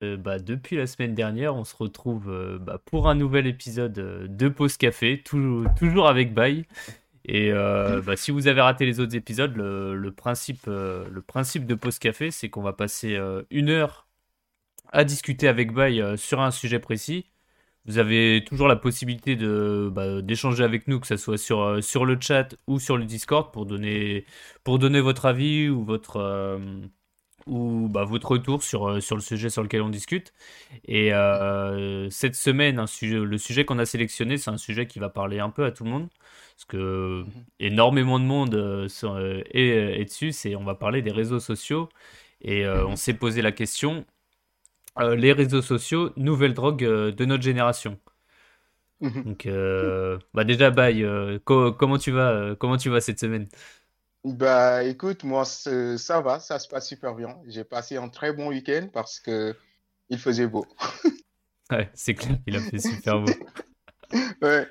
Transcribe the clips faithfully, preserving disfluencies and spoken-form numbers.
Euh, bah, depuis la semaine dernière, on se retrouve euh, bah, pour un nouvel épisode euh, de Pause Café, tou- toujours avec Baye. Et euh, bah, si vous avez raté les autres épisodes, le, le principe, euh, le principe de Pause Café, c'est qu'on va passer euh, une heure à discuter avec Baye euh, sur un sujet précis. Vous avez toujours la possibilité de bah, d'échanger avec nous, que ce soit sur, euh, sur le chat ou sur le Discord, pour donner, pour donner votre avis ou votre, euh, ou bah, votre retour sur, euh, sur le sujet sur lequel on discute. Et euh, cette semaine, un sujet, le sujet qu'on a sélectionné, c'est un sujet qui va parler un peu à tout le monde, parce que Mhm. énormément de monde euh, sont- euh, est, est dessus. C'est, on va parler des réseaux sociaux, et euh, on Mhm. s'est posé la question, euh, les réseaux sociaux, nouvelle drogue euh, de notre génération. Mhm. Donc, euh, bah déjà, bye. euh, co- comment tu vas, euh, comment tu vas cette semaine? Bah écoute, moi ce- ça va, ça se passe super bien. J'ai passé un très bon week-end parce que il faisait beau. Ouais, c'est clair, il a fait super beau. Ouais.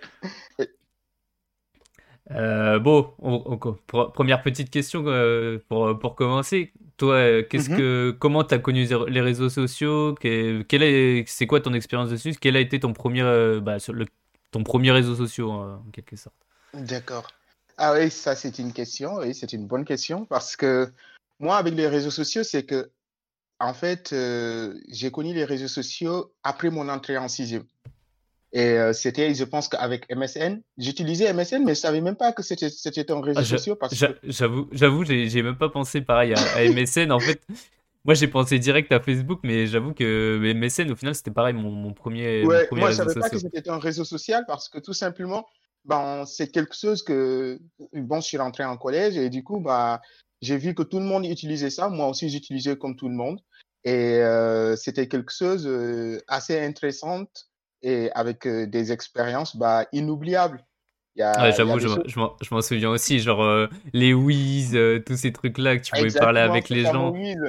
Euh, bon, on- on- pre- première petite question euh, pour, pour commencer. Toi, euh, qu'est-ce Mhm. que, comment tu as connu les réseaux sociaux? Que- quel est, c'est quoi ton expérience dessus? Quel a été ton premier, euh, bah, sur le- ton premier réseau social en, en quelque sorte? D'accord. Ah oui, ça c'est une question, oui, c'est une bonne question parce que moi avec les réseaux sociaux, c'est que en fait, euh, j'ai connu les réseaux sociaux après mon entrée en sixième. Et euh, c'était, je pense qu'avec M S N, j'utilisais M S N, mais je savais même pas que c'était c'était un Ah, réseau je- social parce j'a- que j'avoue, j'avoue, j'ai j'ai même pas pensé pareil à, à M S N. En fait, moi j'ai pensé direct à Facebook, mais j'avoue que M S N, au final, c'était pareil, mon, mon premier, mon ouais, premier moi, je réseau savais pas que social. c'était un réseau social parce que tout simplement, ben, c'est quelque chose que, bon, je suis rentré en collège et du coup, bah, j'ai vu que tout le monde utilisait ça. Moi aussi, j'utilisais comme tout le monde. Et euh, c'était quelque chose euh, assez intéressant et avec euh, des expériences bah, inoubliables. Il y Ouais, a, il y a j'avoue, des je, m'en choses. je m'en- je m'en souviens aussi, genre euh, les Wiz, euh, tous ces trucs-là que tu pouvais parler Exactement, avec ce les fameux gens. Wiz.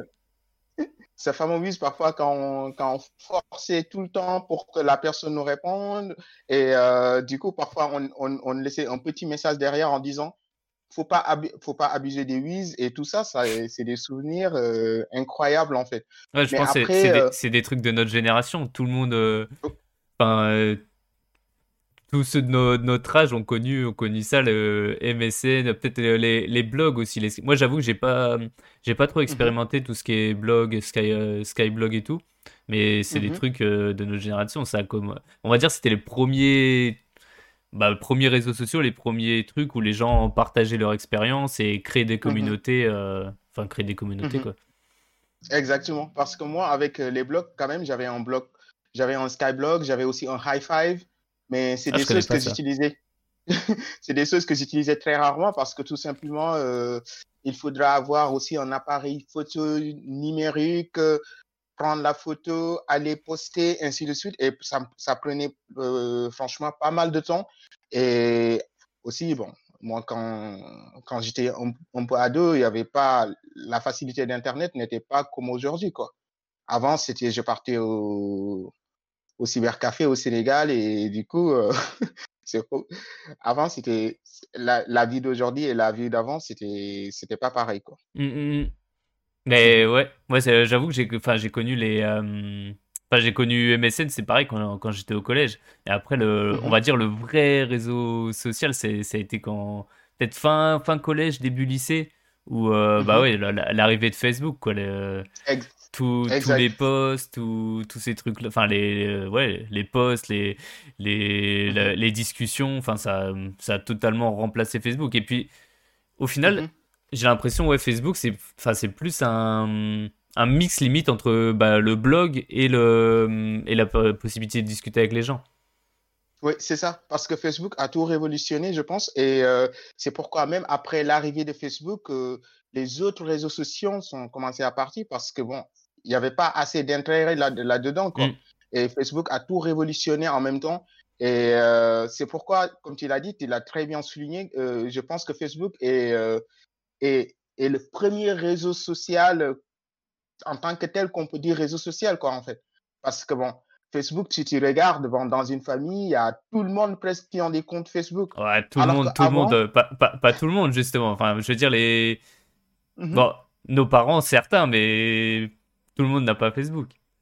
Ce fameux Wiz, parfois, quand on, quand on forçait tout le temps pour que la personne nous réponde. Et euh, du coup, parfois, on, on, on laissait un petit message derrière en disant faut pas abu- faut pas abuser des whiz et tout ça, ça c'est des souvenirs euh, incroyables en fait. Ouais, je Mais pense que c'est c'est après, des, euh, c'est des trucs de notre génération. Tout le monde, euh, enfin, euh, tous ceux de, no- de notre âge ont connu, ont connu ça, le M S N, peut-être euh, les, les blogs aussi. Les... Moi, j'avoue que j'ai pas, j'ai pas trop mhm, expérimenté tout ce qui est blog, Sky, euh, Skyblog et tout. Mais c'est des mhm, trucs euh, de notre génération. Ça, a comme, on va dire, c'était les premiers, bah, premiers réseaux sociaux, les premiers trucs où les gens partageaient leur expérience et créaient des mhm, communautés. euh, Enfin, créer des communautés, mhm. quoi. Exactement. Parce que moi, avec euh, les blogs, quand même, j'avais un blog, j'avais un Skyblog, j'avais aussi un High Five, mais c'est Ah, je des connais choses pas que ça. j'utilisais. C'est des choses que j'utilisais très rarement parce que tout simplement, euh, il faudra avoir aussi un appareil photo numérique, euh, prendre la photo, aller poster, ainsi de suite. Et ça, ça prenait euh, franchement pas mal de temps. Et aussi, bon, moi, quand, quand j'étais un, un peu ado, il y avait pas, la facilité d'Internet n'était pas comme aujourd'hui, quoi. Avant, c'était, je partais au, au cybercafé au Sénégal et du coup, euh, c'est, avant, c'était la, la vie d'aujourd'hui et la vie d'avant, c'était, c'était pas pareil, quoi. Hum, hum, hum. Mais Mhm, ouais, moi c'est- j'avoue que j'ai enfin j'ai connu les euh, enfin j'ai connu M S N, c'est pareil quand, quand j'étais au collège. Et après le on mhm, va dire le vrai réseau social, c'est ça a été quand peut-être fin fin collège, début lycée où euh, bah mhm. ouais, la- la- l'arrivée de Facebook quoi, le- Ex- tous tous les Exact. posts, tous tous ces trucs enfin les euh, ouais, les posts, les les Mhm, la- les discussions, enfin ça ça a totalement remplacé Facebook. Et puis au final, mhm. j'ai l'impression, ouais, Facebook, c'est enfin, c'est plus un, un mix limite entre bah, le blog et, le, et la po- possibilité de discuter avec les gens. Oui, c'est ça, parce que Facebook a tout révolutionné, je pense, et euh, c'est pourquoi même après l'arrivée de Facebook, euh, les autres réseaux sociaux sont commencés à partir parce que bon, il n'y avait pas assez d'intérêt là, là-dedans, quoi. Hmm. Et Facebook a tout révolutionné en même temps. Et euh, c'est pourquoi, comme tu l'as dit, tu l'as très bien souligné, euh, je pense que Facebook est, euh, est, est le premier réseau social euh, en tant que tel qu'on peut dire réseau social, quoi, en fait. Parce que bon, Facebook, si tu regardes bon, dans une famille, il y a tout le monde presque qui ont des comptes Facebook. Ouais, tout le Alors monde, tout le monde, qu'avant, euh, pas, pas, pas tout le monde, justement. Enfin, je veux dire, les. mhm, Bon, nos parents, certains, mais tout le monde n'a pas Facebook.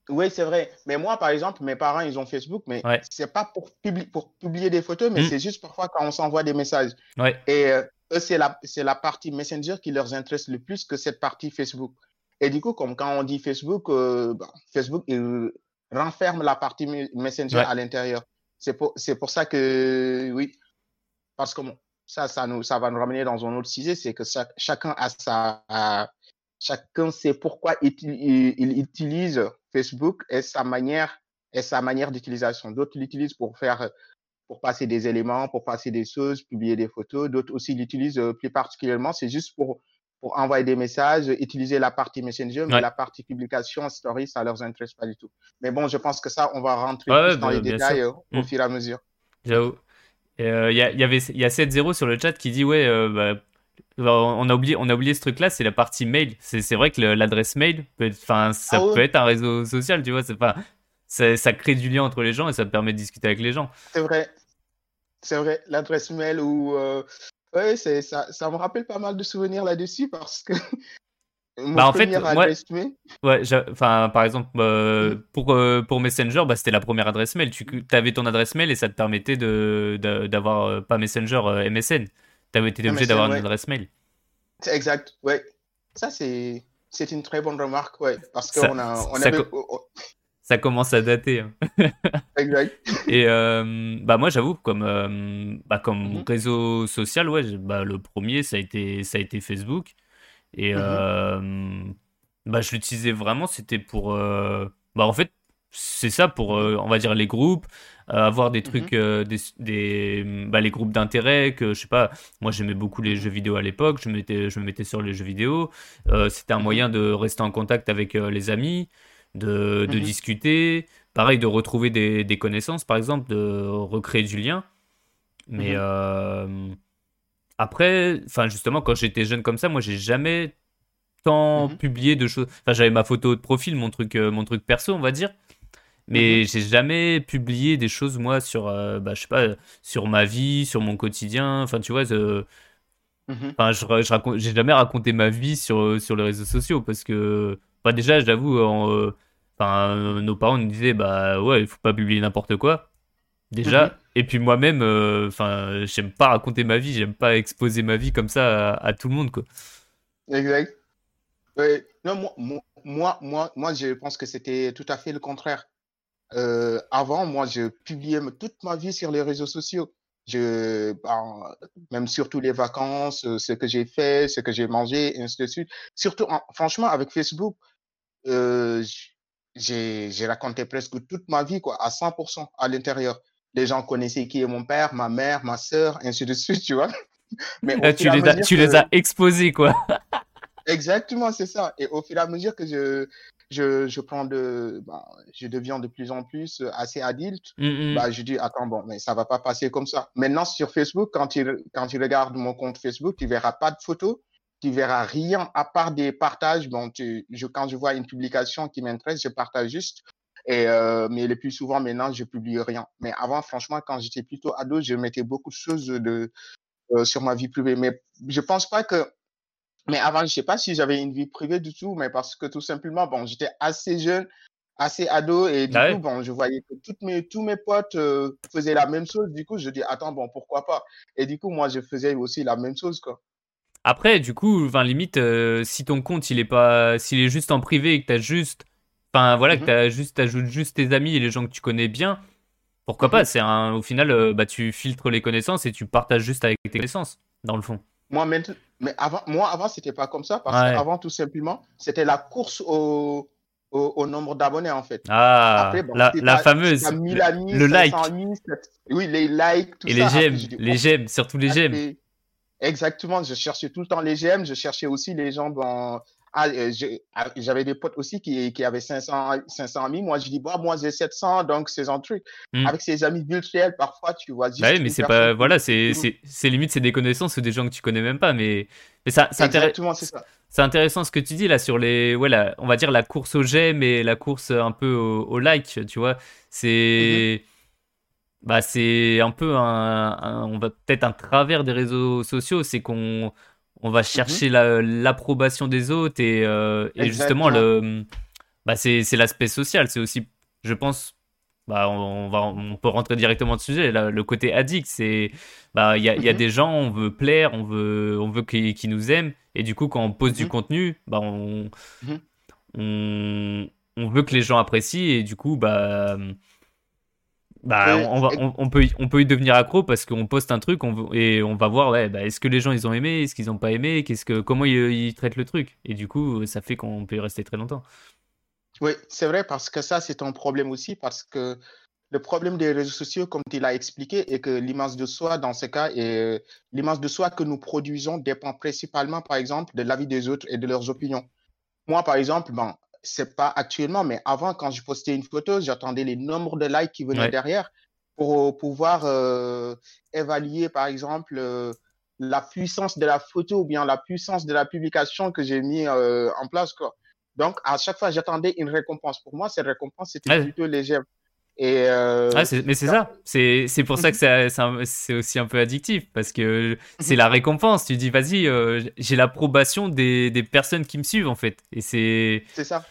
Oui, c'est vrai. Mais moi, par exemple, mes parents, ils ont Facebook, mais Ouais. c'est pas pour, publi- pour publier des photos, mais Mm. c'est juste parfois quand on s'envoie des messages. Ouais. Et euh, eux, c'est la, c'est la partie Messenger qui leur intéresse le plus que cette partie Facebook. Et du coup, comme quand on dit Facebook, euh, bah, Facebook il renferme la partie me- Messenger Ouais. à l'intérieur. C'est pour, c'est pour ça que, oui, parce que bon, ça, ça, nous, ça va nous ramener dans un autre sujet, c'est que chaque- chacun a sa, a- chacun sait pourquoi il, il- il utilise Facebook et sa manière, et sa manière d'utilisation. D'autres l'utilisent pour faire, pour passer des éléments, pour passer des choses, publier des photos. D'autres aussi l'utilisent euh, plus particulièrement, c'est juste pour, pour envoyer des messages, utiliser la partie Messenger, mais Ouais. la partie publication, story, ça leur intéresse pas du tout. Mais bon, je pense que ça, on va rentrer Ouais, ouais, plus dans bah, les bien sûr. détails euh, au Mm. fur et à mesure. J'avoue. Il euh, y, a, y, avait, y a sept zéro sur le chat qui dit ouais, euh, bah, on a oublié, on a oublié ce truc-là, c'est la partie mail. C'est, c'est vrai que le- l'adresse mail, peut être, enfin, ça Ah peut oui, être un réseau social, tu vois. C'est pas, ça, ça crée du lien entre les gens et ça te permet de discuter avec les gens. c'est vrai. C'est vrai, l'adresse mail ou euh, ouais, c'est ça, ça me rappelle pas mal de souvenirs là-dessus parce que mon Bah en fait, premier moi, adresse mail. ouais, enfin, par exemple, euh, Mhm, pour, euh, pour Messenger, bah, c'était la première adresse mail. Tu avais ton adresse mail et ça te permettait de, de- d'avoir, euh, pas Messenger, euh, M S N. Tu étais obligé M S N, d'avoir une ouais, adresse mail. c'est exact, ouais. Ça c'est c'est une très bonne remarque, ouais, parce Ça, qu'on a on ça, avait co- oh, oh, ça commence à dater, hein. exact. Et euh, bah moi j'avoue comme euh, bah comme Mhm, réseau social ouais j'ai- bah le premier ça a été ça a été Facebook et mhm, euh, bah je l'utilisais vraiment c'était pour euh, bah en fait c'est ça pour mhm, euh, on va dire les groupes euh, avoir des mhm, trucs euh, des, des bah les groupes d'intérêt que je sais pas moi j'aimais beaucoup les mhm, jeux vidéo à l'époque je me mettais je me mettais sur les jeux vidéo. Euh, c'était un mhm, moyen de rester en contact avec euh, les amis de, de mhm, discuter. Pareil, de retrouver des, des connaissances, par exemple, de recréer du lien. Mais mhm, euh, après, enfin justement, quand j'étais jeune comme ça, moi, j'ai jamais tant mhm, publié de choses. Enfin, j'avais ma photo de profil, mon truc, euh, mon truc perso, on va dire. mhm, Mais j'ai jamais publié des choses, moi, sur, euh, bah, je sais pas, sur ma vie, sur mon quotidien. Enfin, tu vois, euh, mhm. enfin, je, je raconte, j'ai jamais raconté ma vie sur, sur les réseaux sociaux parce que, bah, déjà, j'avoue, en, euh, enfin, euh, nos parents nous disaient, bah, ouais, il faut pas publier n'importe quoi. Mhm. Déjà. Et puis moi-même, euh, enfin, j'aime pas raconter ma vie, j'aime pas exposer ma vie comme ça à, à tout le monde, quoi. Exact. Ouais. Non, moi, moi, moi, moi, moi, je pense que c'était tout à fait le contraire. Euh, avant, moi, je publiais me- toute ma vie sur les réseaux sociaux. Je, ben, même surtout les vacances, euh, ce que j'ai fait, ce que j'ai mangé, et ainsi de suite. Surtout, en- franchement, avec Facebook, euh, j- j'ai, j'ai raconté presque toute ma vie, quoi, à cent pour cent à l'intérieur. Les gens connaissaient qui est mon père, ma mère, ma sœur, ainsi de suite, tu vois. Mais au Là, fur tu et à les as, mesure tu les as que, exposés, quoi. exactement, c'est ça. Et au fur et à mesure que je, je, je prends de, bah, je deviens de plus en plus euh, assez adulte, Mm, bah, je dis, attends, bon, mais ça va pas passer comme ça. Maintenant, sur Facebook, quand tu, quand tu regardes mon compte Facebook, tu verras pas de photos, tu verras rien à part des partages. Bon, tu, je, quand je vois une publication qui m'intéresse, je partage juste. Et, euh, mais le plus souvent, maintenant, je publie rien. Mais avant, franchement, quand j'étais plutôt ado, je mettais beaucoup de choses de, euh, sur ma vie privée. Mais je pense pas que mais avant, je sais pas si j'avais une vie privée du tout, mais parce que tout simplement, bon, j'étais assez jeune, assez ado, et mm. Ah du coup, ouais. bon, je voyais que toutes mes, tous mes potes euh, faisaient la même chose. Du coup, je dis, attends, bon, pourquoi pas? Et du coup, moi, je faisais aussi la même chose, quoi. Après, du coup, enfin, limite, euh, si ton compte, il est pas, s'il est juste en privé et que t'as juste, enfin, voilà, que Mhm, t'as juste, t'ajoutes juste tes amis et les gens que tu connais bien, pourquoi pas? mhm. C'est un, au final, euh, bah, tu filtres les connaissances et tu partages juste avec tes connaissances, dans le fond. Moi, maintenant, mais avant, moi, avant, c'était pas comme ça, parce Ouais. qu'avant, tout simplement, c'était la course au, au, au nombre d'abonnés, en fait. Après, Ah, bon, la, si la t'as, si t'as fameuse, le, mille amis, le cinq cents like amis, sept- oui, les likes, tout et les ça, après, je j'aime, dis, les j'aime, surtout les j'aime. oh, exactement, je cherchais tout le temps les j'aime, je cherchais aussi les gens dans... Ah, euh, j'ai- ah, j'avais des potes aussi qui, qui avaient cinq cents, cinq cents amis. Moi, je dis, bah, moi, j'ai sept cents, donc c'est un truc. Hmm. Avec ses amis virtuels, parfois, tu vois Bah oui, juste mais une c'est personne pas, qui... voilà, c'est, qui- c'est, c'est limite, c'est des connaissances ou des gens que tu connais même pas, mais, mais ça, c'est intéressant. Exactement, c'est ça. C'est intéressant ce que tu dis là sur les, ouais, la- on va dire la course au j'aime et la course un peu au, au like, tu vois. Mhm, C'est, bah, c'est un peu un, un- on va peut-être un travers des réseaux sociaux, c'est qu'on, on va mhm, chercher la- l'approbation des autres et, euh, et justement exactement. le, bah, c'est, c'est l'aspect social. C'est aussi, je pense, bah, on, on va, on peut rentrer directement dans le sujet. Là, le côté addict, c'est, bah, il y a, il y a Mhm, des gens, on veut plaire, on veut, on veut qu'ils, qu'ils nous aiment. Et du coup, quand on pose du mhm, contenu, bah, on, mhm. on, on veut que les gens apprécient. Et du coup, bah, bah, Oui, on, on va, on, on peut, y- on peut y devenir accro parce qu'on poste un truc on, veut- et on va voir, ouais, bah, est-ce que les gens ils ont aimé, est-ce qu'ils ont pas aimé, qu'est-ce que, comment ils, ils traitent le truc. Et du coup, ça fait qu'on peut y rester très longtemps. oui, c'est vrai parce que ça, c'est un problème aussi parce que le problème des réseaux sociaux, comme tu l'as expliqué, est que l'image de soi, dans ce cas, est l'image de soi que nous produisons dépend principalement, par exemple, de l'avis des autres et de leurs opinions. Moi, par exemple, bon, c'est pas actuellement, mais avant, quand je postais une photo, j'attendais les nombres de likes qui venaient Ouais, derrière pour pouvoir euh, évaluer, par exemple, euh, la puissance de la photo ou bien la puissance de la publication que j'ai mis euh, en place, quoi. Donc, à chaque fois, j'attendais une récompense. Pour moi, cette récompense, c'était ouais, plutôt léger. Et ouais, euh, c'est- mais c'est donc, ça. C'est, c'est pour ça que mhm, ça- c'est un- c'est aussi un peu addictif parce que c'est mhm, la récompense. Tu dis, vas-y, euh, j'ai l'approbation des, des personnes qui me suivent en fait. Et c'est, c'est ça.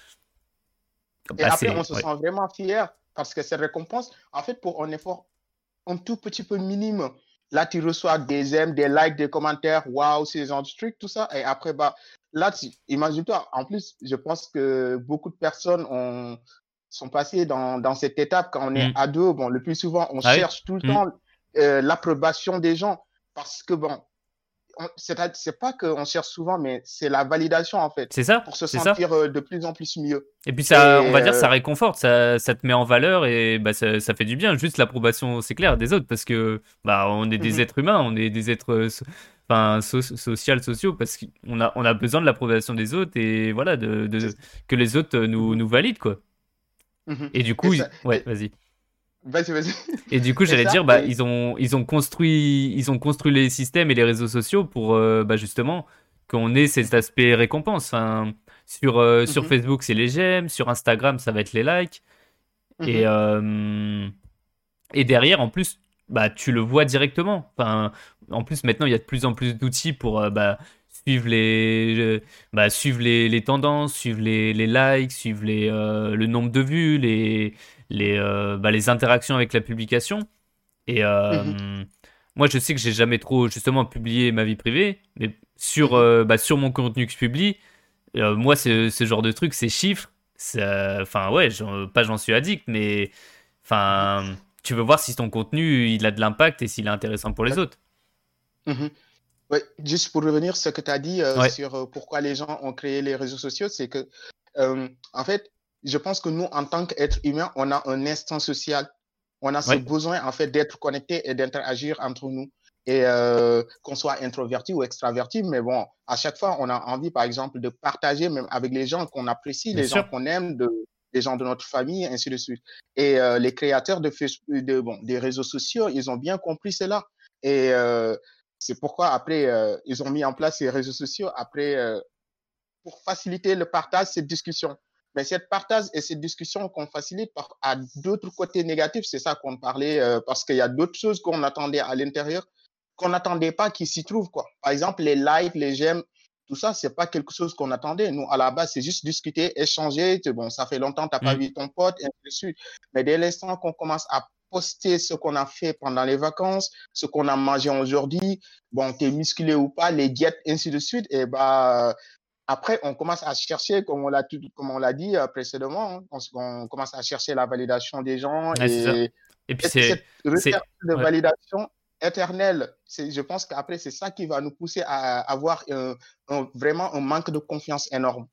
Et bah, après, on c'est, se ouais, sent vraiment fier parce que cette récompense, en fait, pour un effort un tout petit peu minime. Là, tu reçois des j'aime, des likes, des commentaires, waouh, c'est genre de trucs, tout ça. Et après, bah, là, tu, imagine-toi, en plus, je pense que beaucoup de personnes ont, sont passées dans, dans cette étape quand on est hmm. ado. Bon, le plus souvent, on Ah oui, cherche tout le hmm. temps euh, l'approbation des gens parce que, bon, on- c'est c'est pas qu'on cherche souvent, mais c'est la validation, en fait, C'est ça, pour se c'est ça. sentir euh, de plus en plus mieux. Et puis ça, on Et va dire, euh, ça réconforte, ça, ça te met en valeur et bah ça, ça fait du bien. Juste l'approbation, c'est clair, des autres parce que bah on est des mhm, êtres humains, on est des êtres, euh, so- enfin, so- social, sociaux parce qu'on a, on a besoin de l'approbation des autres et voilà, de, de- c'est- que les autres euh, nous, mhm, nous valident quoi. mhm. Et du Et coup, ça, ils- ouais, et- vas-y. vas-y, vas-y. Et du coup, Et j'allais ça, dire, bah, et ils ont, ils ont construit, ils ont construit les systèmes et les réseaux sociaux pour, euh, bah, justement, qu'on ait cet mhm, aspect récompense. Enfin, sur, euh, sur mhm, Facebook, c'est les j'aime, sur Instagram, ça va être les likes. Et, mhm, euh, et derrière, en plus, bah, tu le vois directement. Enfin, en plus, maintenant, il y a de plus en plus d'outils pour euh, bah, suivre les, euh, bah, suivre les, les tendances, suivre les, les likes, suivre les, euh, le nombre de vues, les, les, euh, bah, les interactions avec la publication. Et mhm, euh, moi, je sais que j'ai jamais trop justement publié ma vie privée, mais sur, mhm, euh, bah, sur mon contenu que je publie, euh, moi, ce, ce genre de truc, ces chiffres, ça- enfin, ouais, j'en- pas j'en suis addict, mais mhm. enfin, tu veux voir si ton contenu il a de l'impact et s'il est intéressant pour les D'ac- autres. mhm. Ouais, juste pour revenir sur ce que tu as dit euh, Ouais, sur euh, pourquoi les gens ont créé les réseaux sociaux, c'est que, euh, en fait, je pense que nous, en tant qu'êtres humains, on a un instinct social. On a ce ouais, besoin, en fait, d'être connecté et d'interagir entre nous. Et euh, qu'on soit introverti ou extraverti, mais bon, à chaque fois, on a envie, par exemple, de partager même avec les gens qu'on apprécie, bien les gens sûr. qu'on aime, de, les gens de notre famille, ainsi de suite. Et euh, les créateurs de Facebook, de, bon, des réseaux sociaux, ils ont bien compris cela. Et euh, c'est pourquoi après, euh, ils ont mis en place ces réseaux sociaux après, euh, pour faciliter le partage, cette discussion. Mais cette partage et cette discussion qu'on facilite par, à d'autres côtés négatifs, c'est ça qu'on parlait, euh, parce qu'il y a d'autres choses qu'on attendait à l'intérieur, qu'on n'attendait pas qui s'y trouvent, quoi. Par exemple, les likes, les j'aime, tout ça, c'est pas quelque chose qu'on attendait. Nous, à la base, c'est juste discuter, échanger. Bon, ça fait longtemps que tu n'as pas Mm. vu ton pote, et ainsi de suite. Mais dès l'instant qu'on commence à poster ce qu'on a fait pendant les vacances, ce qu'on a mangé aujourd'hui, bon, t'es musclé ou pas, les diètes, ainsi de suite, et bah, après, on commence à chercher, comme on l'a, tout, comme on l'a dit euh, précédemment, hein, on, on, commence à chercher la validation des gens Ouais, c'est ça. et Et puis cette, c'est, cette recherche c'est, de ouais. validation éternelle, c'est, je pense qu'après, c'est ça qui va nous pousser à avoir un, un, vraiment un manque de confiance énorme.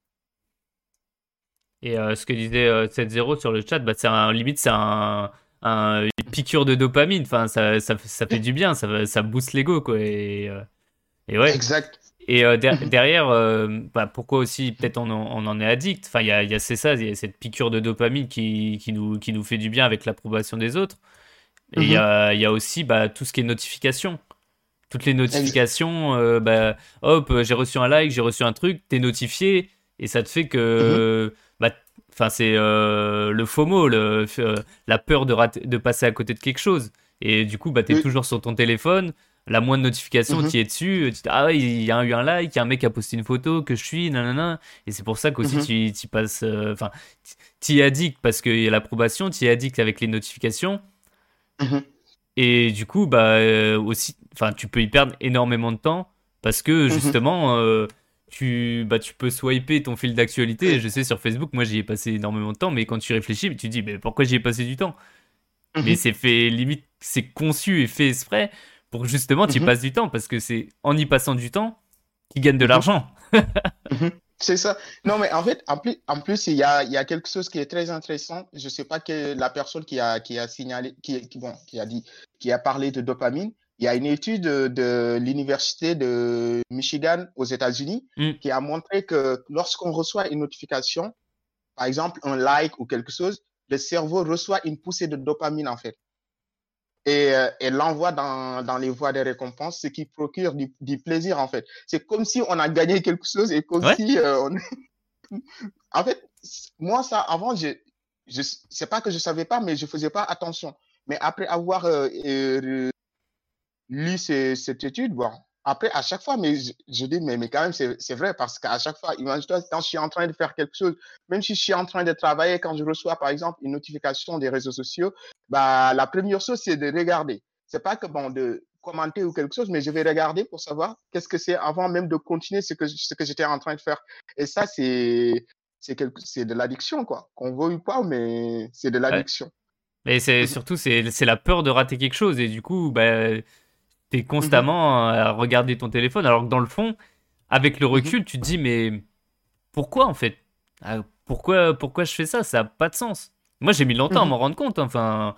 Et euh, ce que disait euh, sept zéro sur le chat, bah, c'est un, limite, c'est un, un- une piqûre de dopamine. Enfin, ça, ça, ça fait du bien, ça, ça booste l'ego, quoi. Et, euh, et ouais. Exact. Et euh, der- derrière, euh, bah, pourquoi aussi peut-être on, en on en est addict. Enfin, il y a, il y a c'est ça, il y a cette piqûre de dopamine qui, qui nous, qui nous fait du bien avec l'approbation des autres. Et il y a, il y a aussi bah, tout ce qui est notification. Toutes les notifications, euh, bah, hop, euh, j'ai reçu un like, j'ai reçu un truc, t'es notifié et ça te fait que, bah, enfin, c'est euh, le FOMO, le, euh, la peur de, rater- de passer à côté de quelque chose. Et du coup, bah, t'es Oui. toujours sur ton téléphone La moindre notification, Mhm. tu es dessus, tu dis, ah ouais, il y a eu un like, il y a un mec qui a posté une photo, que je suis, nanana. Et c'est pour ça qu'aussi Mhm. tu y passes. Enfin, tu y addictes parce qu'il y a l'approbation, tu y addictes avec les notifications. Mhm. Et du coup, bah, euh, aussi, enfin, tu peux y perdre énormément de temps parce que Mhm. justement, euh, tu, bah, tu peux swiper ton fil d'actualité. Oui. Je sais, sur Facebook, moi, j'y ai passé énormément de temps, mais quand tu réfléchis, tu te dis, mais pourquoi j'y ai passé du temps? Mais Mhm. c'est fait, limite, c'est conçu et fait exprès pour que justement, tu y Mhm. passes du temps parce que c'est en y passant du temps qu'ils gagnent de Mhm. l'argent. Mhm. C'est ça. Non, mais en fait, en plus, en plus il y a, il y a quelque chose qui est très intéressant. Je ne sais pas que la personne qui a, qui a signalé, qui, qui, bon, qui a dit, qui a parlé de dopamine. Il y a une étude de, de l'université de Michigan aux États-Unis Hmm. qui a montré que lorsqu'on reçoit une notification, par exemple un like ou quelque chose, le cerveau reçoit une poussée de dopamine en fait et, euh, et l'envoie dans, dans les voies des récompenses, ce qui procure du, du plaisir en fait. C'est comme si on a gagné quelque chose et comme Ouais. si euh, on... En fait, moi ça avant, je, je c'est pas que je savais pas, mais je faisais pas attention. Mais après avoir euh, euh, lu ces- cette étude, bon, après à chaque fois, mais je, je dis mais, mais quand même c'est c'est vrai parce qu'à chaque fois, imagine-toi quand je suis en train de faire quelque chose, même si je suis en train de travailler, quand je reçois par exemple une notification des réseaux sociaux, bah la première chose c'est de regarder. C'est pas que bon de commenter ou quelque chose, mais je vais regarder pour savoir qu'est-ce que c'est avant même de continuer ce que ce que j'étais en train de faire. Et ça c'est c'est quelque c'est de l'addiction quoi, qu'on veuille ou pas, mais c'est de Ouais. l'addiction. Et c'est Mhm, surtout, c'est c'est la peur de rater quelque chose. Et du coup, bah, t'es mhm, constamment à regarder ton téléphone. Alors que dans le fond, avec le mhm, recul, tu te dis, mais pourquoi en fait? Ah, pourquoi, pourquoi je fais ça? Ça n'a pas de sens. Moi, j'ai mis longtemps à mhm, m'en rendre compte. Enfin,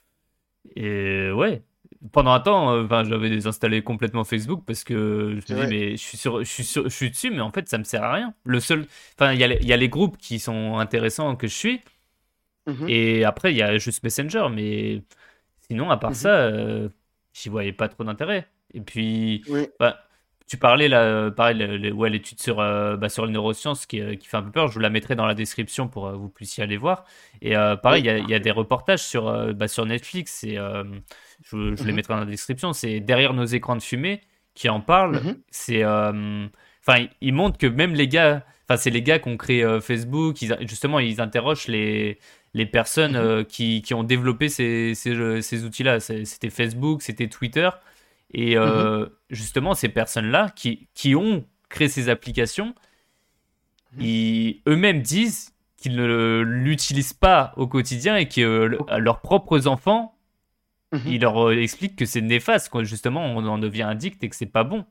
et ouais. Pendant un temps, euh, enfin, j'avais désinstallé complètement Facebook parce que je c'est me dis, vrai. mais je suis, sur, je, suis sur- je suis dessus, mais en fait, ça me sert à rien. Le seul. Enfin, il y, a les- il y a les groupes qui sont intéressants que je suis. Mhm, Et après, il y a juste Messenger. Mais sinon, à part mhm, ça, euh, j'y voyais pas trop d'intérêt. Et puis, oui. bah, tu parlais là, euh, pareil, le- le- ouais, l'étude sur, euh, bah, sur les neurosciences qui, euh, qui fait un peu peur. Je vous la mettrai dans la description pour que vous puissiez aller voir. Et euh, pareil, il Oui, y a, il y a parfait. des reportages sur, euh, bah, sur Netflix. Et, euh, je, je les Mhm, mettrai dans la description. C'est Derrière nos écrans de fumée qui en parle. mhm, C'est, euh, enfin, ils ils montrent que même les gars, enfin, c'est les gars qui ont créé euh, Facebook. Ils, justement, ils interrogent les les personnes mhm, euh, qui, qui ont développé ces, ces, jeux- ces outils-là. C'est- C'était Facebook, c'était Twitter. Et mhm, euh, justement, ces personnes-là qui, qui ont créé ces applications, mhm. ils, eux-mêmes disent qu'ils ne l'utilisent pas au quotidien et que euh, Ok. leurs propres enfants, Mhm, ils leur euh, expliquent que c'est néfaste, quoi. Justement, on en devient addict et que c'est pas bon.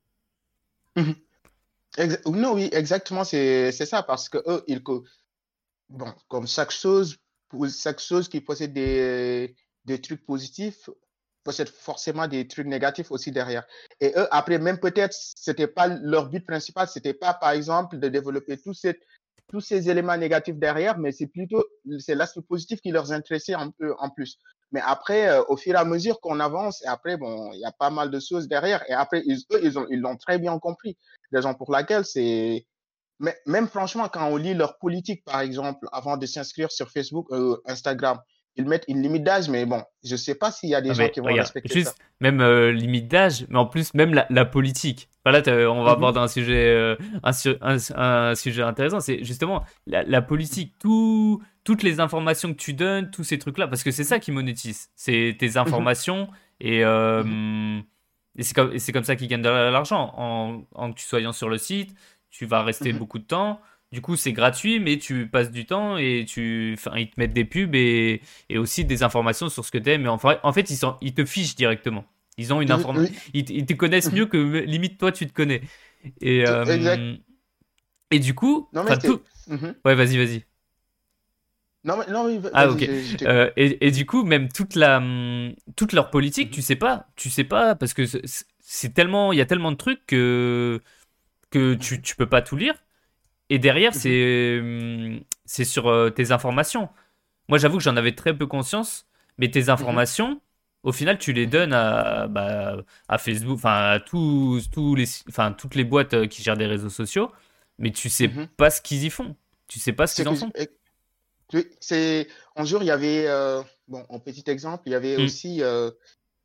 mhm. Exa- non, oui, exactement, c'est c'est ça, parce que eux, ils, co- bon, comme chaque chose, pour chaque chose qui possède des, des trucs positifs, possède forcément des trucs négatifs aussi derrière. Et eux, après, même peut-être, c'était pas leur but principal, c'était pas, par exemple, de développer tous ces, tous ces éléments négatifs derrière, mais c'est plutôt, c'est l'aspect positif qui leur intéressait un peu en plus. Mais après, euh, au fur et à mesure qu'on avance, et après, bon, il y a pas mal de choses derrière. Et après, ils, eux, ils ont, ils l'ont très bien compris. Raison pour laquelle c'est, mais même franchement, quand on lit leur politique, par exemple, avant de s'inscrire sur Facebook, euh, Instagram, ils mettent une limite d'âge, mais bon, je ne sais pas s'il y a des Ah gens mais qui vont regarde, respecter ça. juste même euh, limite d'âge, mais en plus même la, la politique. Voilà, t'as- on va Mhm, aborder un sujet, euh, un, su- un- un sujet intéressant. C'est justement la, la politique, tout, toutes les informations que tu donnes, tous ces trucs-là, parce que c'est ça qui monétise. C'est tes mhm, informations et, mhm, euh, et c'est comme, et c'est comme ça qu'ils gagnent de l'argent. En, en tu soyant sur le site, tu vas rester mhm, beaucoup de temps. Du coup, c'est gratuit, mais tu passes du temps et tu, enfin, ils te mettent des pubs et et aussi des informations sur ce que t'aimes. Mais en fait, en fait ils, sont, ils te fichent directement. Ils ont une oui, informa... oui, ils, te- ils te connaissent mhm, mieux que limite toi tu te connais. Et, tout- exact. euh, et du coup, Non, mais enfin c'est. tout. Mhm. Ouais, vas-y, vas-y. Non, mais, non, oui, Ah vas-y, ok. je, je t'écoute. Euh, et, et Mhm, du coup, même toute la, hum, toute leur politique, mhm, tu sais pas, tu sais pas parce que c'est c'est tellement, il y a tellement de trucs que que tu, mhm, tu peux pas tout lire. Et derrière, mhm, c'est hum, c'est sur euh, tes informations. Moi, j'avoue que j'en avais très peu conscience, mais tes mhm, informations, au final, tu les mhm, donnes à, bah, à Facebook, enfin à tous, tous les, enfin, toutes les boîtes euh, qui gèrent des réseaux sociaux, mais tu sais mhm. pas ce qu'ils y font. Tu sais pas ce Ce qu'ils en que je- font. eh, oui, c'est. Un jour, il y avait. Euh, bon, un petit exemple, il y avait Hmm. aussi. Euh,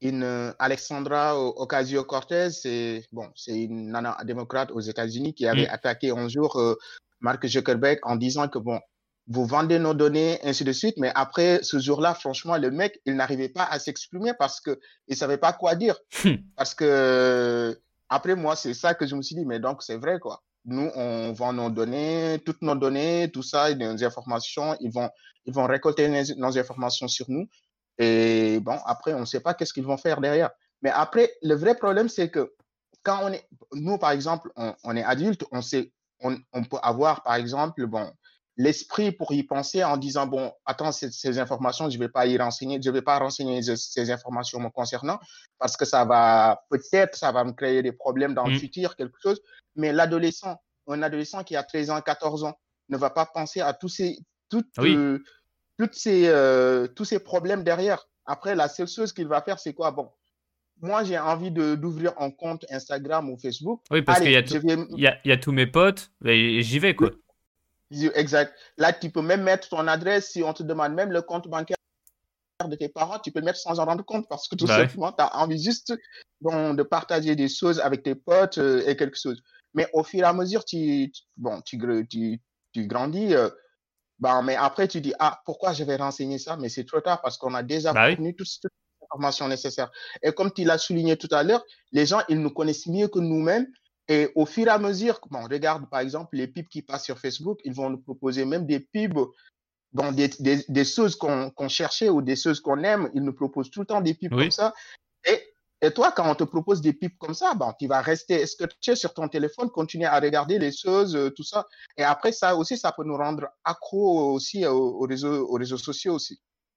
une euh, Alexandra Ocasio-Cortez, c'est bon, c'est une nana démocrate aux États-Unis qui avait Mm. attaqué un jour euh, Mark Zuckerberg en disant que bon, vous vendez nos données, ainsi de suite. Mais après ce jour-là, franchement, le mec, il n'arrivait pas à s'exprimer parce que il savait pas quoi dire. Parce que après moi, c'est ça que je me suis dit, mais donc c'est vrai quoi. Nous, on vend nos données, toutes nos données, tout ça, nos informations, ils vont, ils vont récolter nos, nos informations sur nous. Et bon, après, on ne sait pas qu'est-ce qu'ils vont faire derrière. Mais après, le vrai problème, c'est que quand on est, nous, par exemple, on, on est adulte, on sait, on, on peut avoir, par exemple, bon, l'esprit pour y penser en disant, bon, attends, ces, ces informations, je ne vais pas y renseigner, je ne vais pas renseigner ces, ces informations me concernant parce que ça va, peut-être, ça va me créer des problèmes dans le Mm. futur, quelque chose. Mais l'adolescent, un adolescent qui a treize ans, quatorze ans, ne va pas penser à tous ces, toutes, Oui, euh, toutes ces, euh, tous ces problèmes derrière. Après, la seule chose qu'il va faire, c'est quoi? Bon, moi, j'ai envie de, d'ouvrir un compte Instagram ou Facebook. oui, parce qu'il y Allez, a, je tout- vais. il y a, il y a tous mes potes et j'y vais, quoi. Oui, exact. Là, tu peux même mettre ton adresse si on te demande même le compte bancaire de tes parents, tu peux le mettre sans en rendre compte parce que tout Bah ouais. simplement, tu as envie juste bon, de partager des choses avec tes potes euh, et quelque chose. Mais au fur et à mesure, tu, tu- bon, tu, gr- tu, tu grandis. euh, Bon, mais après, tu dis, ah, pourquoi je vais renseigner ça? Mais c'est trop tard parce qu'on a déjà Bah oui. fourni toutes, toutes les informations nécessaires. Et comme tu l'as souligné tout à l'heure, les gens, ils nous connaissent mieux que nous-mêmes. Et au fur et à mesure, bon, regarde par exemple les pubs qui passent sur Facebook, ils vont nous proposer même des pubs, bon, des, des, des choses qu'on qu'on cherchait ou des choses qu'on aime. Ils nous proposent tout le temps des pubs comme Oui. ça. Et, et toi, quand on te propose des pubs comme ça, bon, tu vas rester scotché sur ton téléphone, continuer à regarder les choses, euh, tout ça. Et après, ça aussi, ça peut nous rendre accro aussi aux, aux réseaux, aux réseaux sociaux aussi.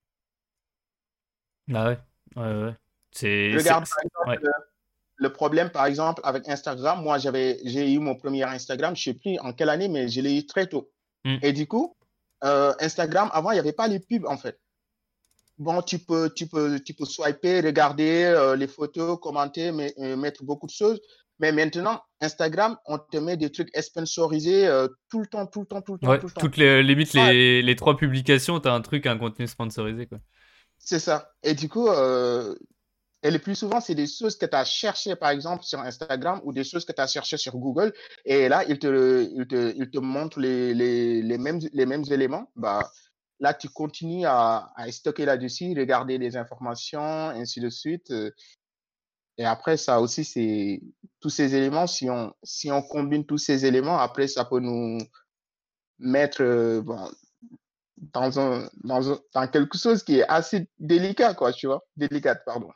Bah ouais. Ouais, ouais. C'est, c'est, Regarde, c'est- par exemple, ouais. le, le problème, par exemple, avec Instagram. Moi, j'avais, j'ai eu mon premier Instagram, je ne sais plus en quelle année, mais je l'ai eu très tôt. Mm. Et du coup, euh, Instagram, avant, il n'y avait pas les pubs, en fait. Bon, tu peux, tu peux, tu peux swiper, regarder euh, les photos, commenter, mais, euh, mettre beaucoup de choses. Mais maintenant, Instagram, on te met des trucs sponsorisés euh, tout le temps, tout le temps, tout le temps, Ouais. tout le temps. Toutes les limites, Ah, les, les trois publications, t'as un truc, un contenu sponsorisé, quoi. c'est ça. Et du coup, euh, et le plus souvent, c'est des choses que tu as cherchées, par exemple, sur Instagram ou des choses que tu as cherchées sur Google. Et là, il te, il te, il te montre les, les, les, mêmes, les mêmes éléments. Bah, là, tu continues à, à stocker là-dessus, regarder les informations, ainsi de suite. euh, Et après, ça aussi, c'est tous ces éléments, si on, si on combine tous ces éléments, après, ça peut nous mettre euh, bon, dans, un, dans, un, dans quelque chose qui est assez délicat, quoi, tu vois, délicate, pardon.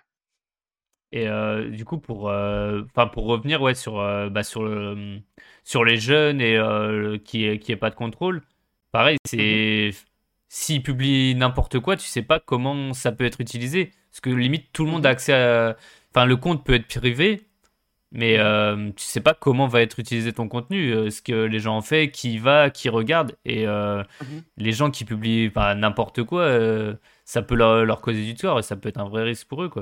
Et euh, du coup, pour, euh, enfin, pour revenir ouais, sur, euh, bah, sur, le, sur les jeunes et euh, qui est, qui est pas de contrôle, pareil, Mhm, c'est s'ils publient n'importe quoi, tu sais pas comment ça peut être utilisé. Parce que limite, tout le monde a mhm, accès à. Enfin, le compte peut être privé, mais mhm, euh, tu sais pas comment va être utilisé ton contenu, euh, ce que les gens ont fait, qui va, qui regarde. Et euh, mhm. les gens qui publient enfin, n'importe quoi, euh, ça peut leur, leur causer du tort et ça peut être un vrai risque pour eux, quoi.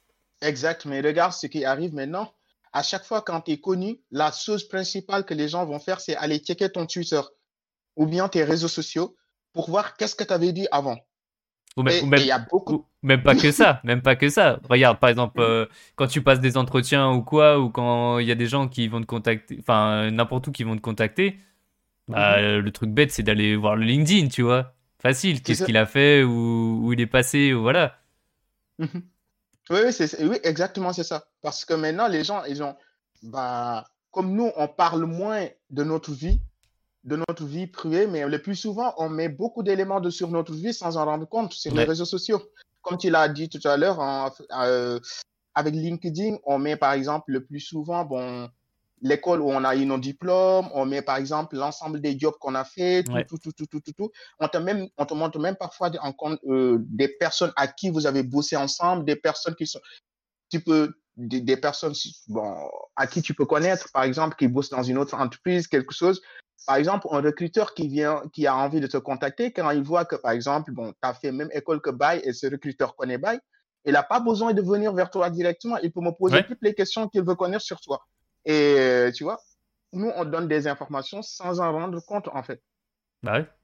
Exact, mais regarde ce qui arrive maintenant. À chaque fois quand tu es connu, la chose principale que les gens vont faire, c'est aller checker ton Twitter ou bien tes réseaux sociaux pour voir qu'est-ce que tu avais dit avant. Ou, même, ou Et il même, y a beaucoup. ou même pas que ça, même pas que ça. Regarde, par exemple, euh, quand tu passes des entretiens ou quoi, ou quand il y a des gens qui vont te contacter, enfin, n'importe où qui vont te contacter, bah, Mhm. euh, le truc bête, c'est d'aller voir le LinkedIn, tu vois. Facile, C'est qu'est-ce ça. qu'il a fait, où, où il est passé, ou voilà. Mhm. Oui, oui, c'est, oui, exactement, c'est ça. Parce que maintenant, les gens, ils ont, bah, comme nous, on parle moins de notre vie, de notre vie privée, mais le plus souvent, on met beaucoup d'éléments de, sur notre vie sans en rendre compte sur les Ouais, réseaux sociaux. Comme tu l'as dit tout à l'heure, en- euh, avec LinkedIn, on met par exemple le plus souvent, bon, l'école où on a eu nos diplômes, on met par exemple l'ensemble des jobs qu'on a fait, tout, ouais, tout, tout, tout, tout, tout, tout. On te, même, on te montre même parfois en compte euh, des personnes à qui vous avez bossé ensemble, des personnes qui sont, tu peux, des, des personnes bon, à qui tu peux connaître, par exemple, qui bossent dans une autre entreprise, quelque chose. Par exemple, un recruteur qui vient, qui a envie de te contacter, quand il voit que, par exemple, bon, tu as fait même école que Baye et ce recruteur connaît Baye, il n'a pas besoin de venir vers toi directement. Il peut me poser ouais, toutes les questions qu'il veut connaître sur toi. Et euh, tu vois, nous, on donne des informations sans en rendre compte, en fait. bah ouais.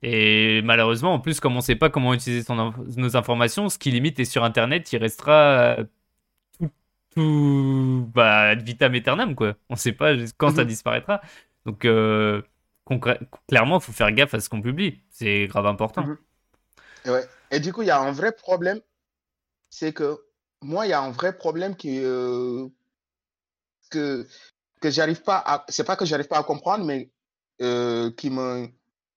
Et malheureusement, en plus, comme on sait pas comment utiliser son inf- nos informations, ce qui limite est sur Internet, il restera. tout bah, ad vitam aeternam, quoi. On sait pas quand ça Mhm, disparaîtra. Donc, euh, concrè- clairement, il faut faire gaffe à ce qu'on publie. C'est grave important. mhm. Et ouais. Et du coup, il y a un vrai problème, c'est que moi, il y a un vrai problème qui, euh, que, que j'arrive pas à, c'est pas que j'arrive pas à comprendre, mais euh, qui me,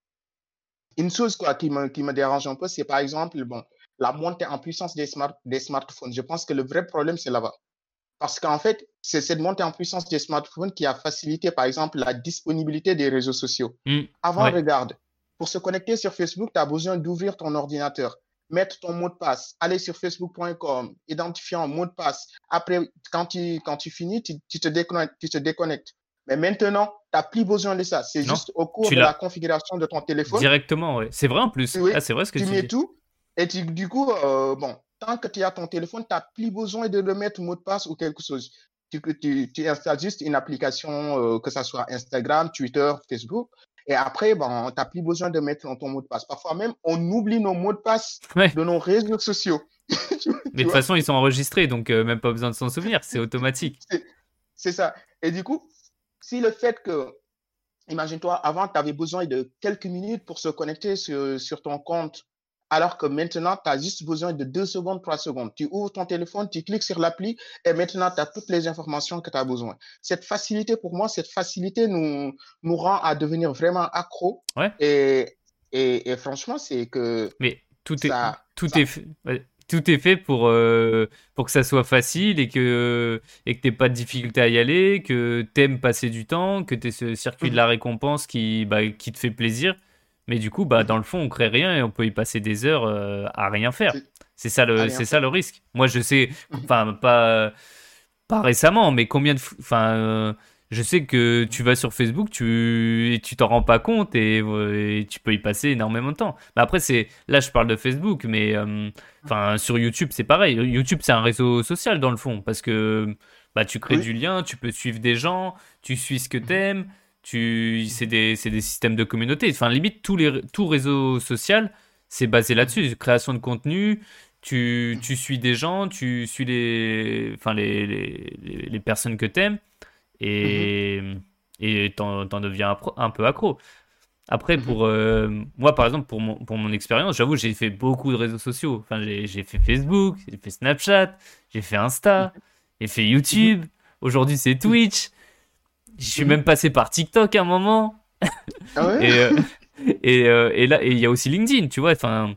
une chose quoi, qui me, qui me dérange un peu, c'est par exemple, bon, la montée en puissance des, smart, des smartphones. Je pense que le vrai problème, c'est là-bas. Parce qu'en fait, c'est cette montée en puissance des smartphones qui a facilité, par exemple, la disponibilité des réseaux sociaux. Hmm, Avant, ouais. regarde, pour se connecter sur Facebook, tu as besoin d'ouvrir ton ordinateur, mettre ton mot de passe, aller sur facebook point com, identifier un mot de passe. Après, quand tu, quand tu finis, tu, tu te déconnectes, tu te déconnectes. Mais maintenant, tu n'as plus besoin de ça. C'est Non? juste au cours Tu de la l'as configuration de ton téléphone. directement, ouais. C'est vrai en plus. Oui, Ah, c'est vrai ce que tu tu mets dis. tout. Et tu- du coup, euh, bon, tant que tu as ton téléphone, tu n'as plus besoin de le mettre mot de passe ou quelque chose. Tu, tu, tu installes juste une application, euh, que ce soit Instagram, Twitter, Facebook. Et après, bon, tu n'as plus besoin de mettre ton mot de passe. Parfois même, on oublie nos mots de passe Ouais. de nos réseaux sociaux. tu, Mais tu de toute vois, façon, ils sont enregistrés, donc euh, même pas besoin de s'en souvenir. C'est automatique. c'est c'est ça. Et du coup, si le fait que, imagine-toi, avant, tu avais besoin de quelques minutes pour se connecter sur, sur ton compte, alors que maintenant, tu as juste besoin de deux secondes, trois secondes. Tu ouvres ton téléphone, tu cliques sur l'appli et maintenant, tu as toutes les informations que tu as besoin. Cette facilité, pour moi, cette facilité nous, nous rend à devenir vraiment accro. Ouais. Et, et, et franchement, c'est que Mais tout est, ça, tout ça est, fait- ouais, tout est fait pour, euh, pour que ça soit facile et que et que t'aies pas de difficulté à y aller, que t'aimes passer du temps, que t'aies ce circuit de Mhm, la récompense qui, bah, qui te fait plaisir. Mais du coup, bah, dans mhm. le fond, on crée rien et on peut y passer des heures euh, à rien faire. C'est C'est ça à le, rien c'est ça faire. le risque. Moi, je sais, Mhm, enfin, pas, pas récemment, mais combien de, f- enfin, euh, je sais que mhm, tu vas sur Facebook, tu et tu t'en rends pas compte et, euh, et tu peux y passer énormément de temps. Mais après, c'est là, je parle de Facebook, mais euh, enfin, sur YouTube, c'est pareil. YouTube, c'est un réseau social dans le fond, parce que bah, tu crées oui. du lien, tu peux suivre des gens, tu suis ce que Mhm, t'aimes, tu, c'est mhm, des, c'est des systèmes de communauté. Enfin, limite, tous les, tout réseau social, c'est basé mhm, là-dessus. Création de contenu, tu, mhm, tu suis des gens, tu suis les, enfin, les, les, les- les personnes que t'aimes mhm, et et t'en, t'en deviens un, pro- un peu accro. Après, mhm, pour euh, moi, par exemple, pour mon, pour mon expérience, j'avoue, j'ai fait beaucoup de réseaux sociaux. Enfin, j'ai, j'ai fait Facebook, j'ai fait Snapchat, j'ai fait Insta, j'ai fait mhm, YouTube. Aujourd'hui, c'est mhm, Twitch. Je suis mhm. même passé par TikTok à un moment. Ah ouais? Et, euh, et, euh, et là, et il y a aussi LinkedIn, tu vois. Enfin,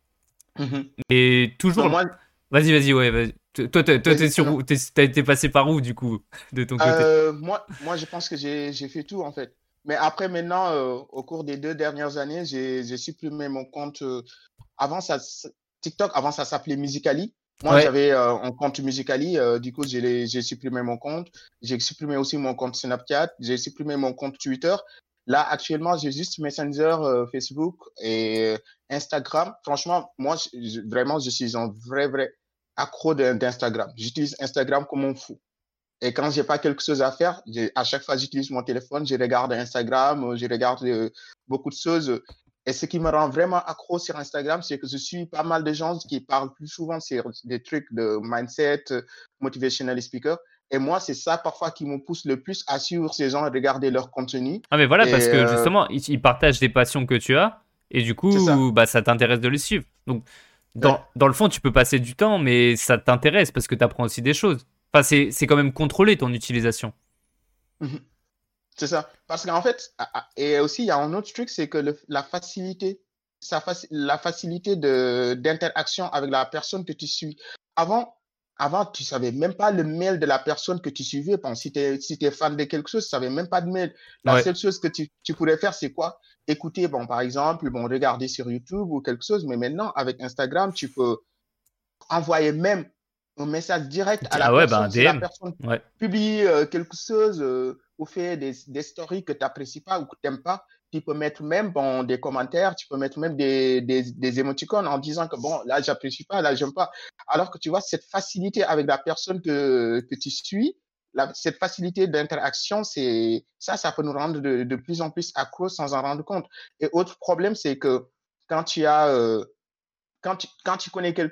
Mhm. et Non, toujours. moi, Vas-y, vas-y, ouais. Vas-y. Toi, t'es, toi, t'es vas-y, sur, non. où- t'es- t'as été passé par où, du coup, de ton côté? Euh, moi, moi, je pense que j'ai, j'ai fait tout, en fait. Mais après, maintenant, euh, au cours des deux dernières années, j'ai, j'ai supprimé mon compte. euh, avant, ça, s- TikTok, avant, ça s'appelait Musicali. Moi, Ouais. j'avais euh, un compte Musicali. Euh, du coup, j'ai, les- j'ai supprimé mon compte. J'ai supprimé aussi mon compte Snapchat. J'ai supprimé mon compte Twitter. Là, actuellement, j'ai juste Messenger, euh, Facebook et Instagram. Franchement, moi, je- je- vraiment, je suis un vrai, vrai accro de- d'Instagram. J'utilise Instagram comme un fou. Et quand j'ai pas quelque chose à faire, j'ai- à chaque fois, j'utilise mon téléphone, je regarde Instagram, euh, je regarde euh, beaucoup de choses. Et ce qui me rend vraiment accro sur Instagram, c'est que je suis pas mal de gens qui parlent plus souvent sur des trucs de mindset, euh, motivational speaker. Et moi, c'est ça parfois qui me pousse le plus à suivre ces gens et regarder leur contenu. Ah mais voilà, parce Et que euh, justement, ils, ils partagent des passions que tu as, et du c'est coup, ça. bah, ça t'intéresse de les suivre. Donc, Ouais. dans, dans le fond, tu peux passer du temps, mais ça t'intéresse parce que tu apprends aussi des choses. Enfin, c'est, c'est quand même contrôlé ton utilisation. Mhm. C'est ça. Parce qu'en fait, a- a- et aussi, il y a un autre truc, c'est que le- la facilité, ça faci- la facilité de, d'interaction avec la personne que tu suis. Avant, avant, tu savais même pas le mail de la personne que tu suivais. Bon, si tu es, si t'es fan de quelque chose, tu savais même pas de mail. La Ouais. seule chose que tu, tu pourrais faire, c'est quoi? Écouter, bon, par exemple, bon, regarder sur YouTube ou quelque chose. Mais maintenant, avec Instagram, tu peux envoyer même un message direct à la Ah ouais, bah un personne. Si la D M. personne Ouais. publie euh, quelque chose euh, ou fait des, des stories que tu n'apprécies pas ou que tu n'aimes pas, tu peux mettre même bon, des commentaires, tu peux mettre même des, des, des émoticônes en disant que bon, là, j'apprécie pas, là, j'aime pas. Alors que tu vois, cette facilité avec la personne que, que tu suis, la, cette facilité d'interaction, c'est ça, ça peut nous rendre de, de plus en plus accros sans en rendre compte. Et autre problème, c'est que quand tu as, euh, quand tu, quand tu connais quelqu'un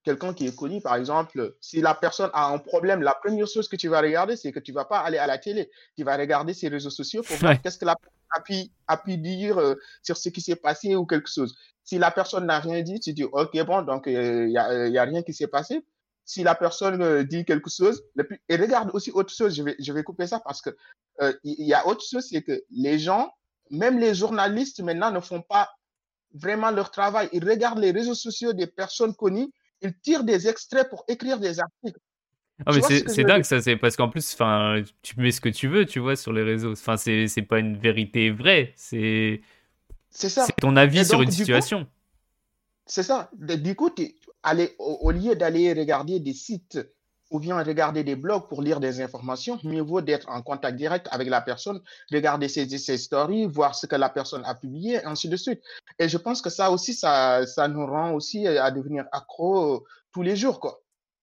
quelqu'un qui est connu, par exemple, si la personne a un problème, la première chose que tu vas regarder, c'est que tu vas pas aller à la télé. Tu vas regarder ses réseaux sociaux pour voir Ouais. qu'est-ce que la personne a pu, a pu dire euh, sur ce qui s'est passé ou quelque chose. Si la personne n'a rien dit, tu dis, OK, bon, donc il euh, n'y a, y a rien qui s'est passé. Si la personne euh, dit quelque chose, et regarde aussi autre chose, je vais, je vais couper ça parce que euh, il y a autre chose, c'est que les gens, même les journalistes maintenant ne font pas vraiment leur travail. Ils regardent les réseaux sociaux des personnes connues, ils tirent des extraits pour écrire des articles. Ah, Tu mais vois ce c'est que je c'est veux dingue dire? ça, c'est parce qu'en plus, enfin, tu mets ce que tu veux, tu vois, sur les réseaux. Enfin, c'est c'est pas une vérité vraie, c'est C'est c'est ça. ton avis Et sur une donc, du coup, situation. c'est ça. Du coup, allez, au, au lieu d'aller regarder des sites ou bien regarder des blogs pour lire des informations, mieux vaut d'être en contact direct avec la personne, regarder ses, ses stories, voir ce que la personne a publié, et ainsi de suite. Et je pense que ça aussi, ça, ça nous rend aussi à devenir accro tous les jours, quoi.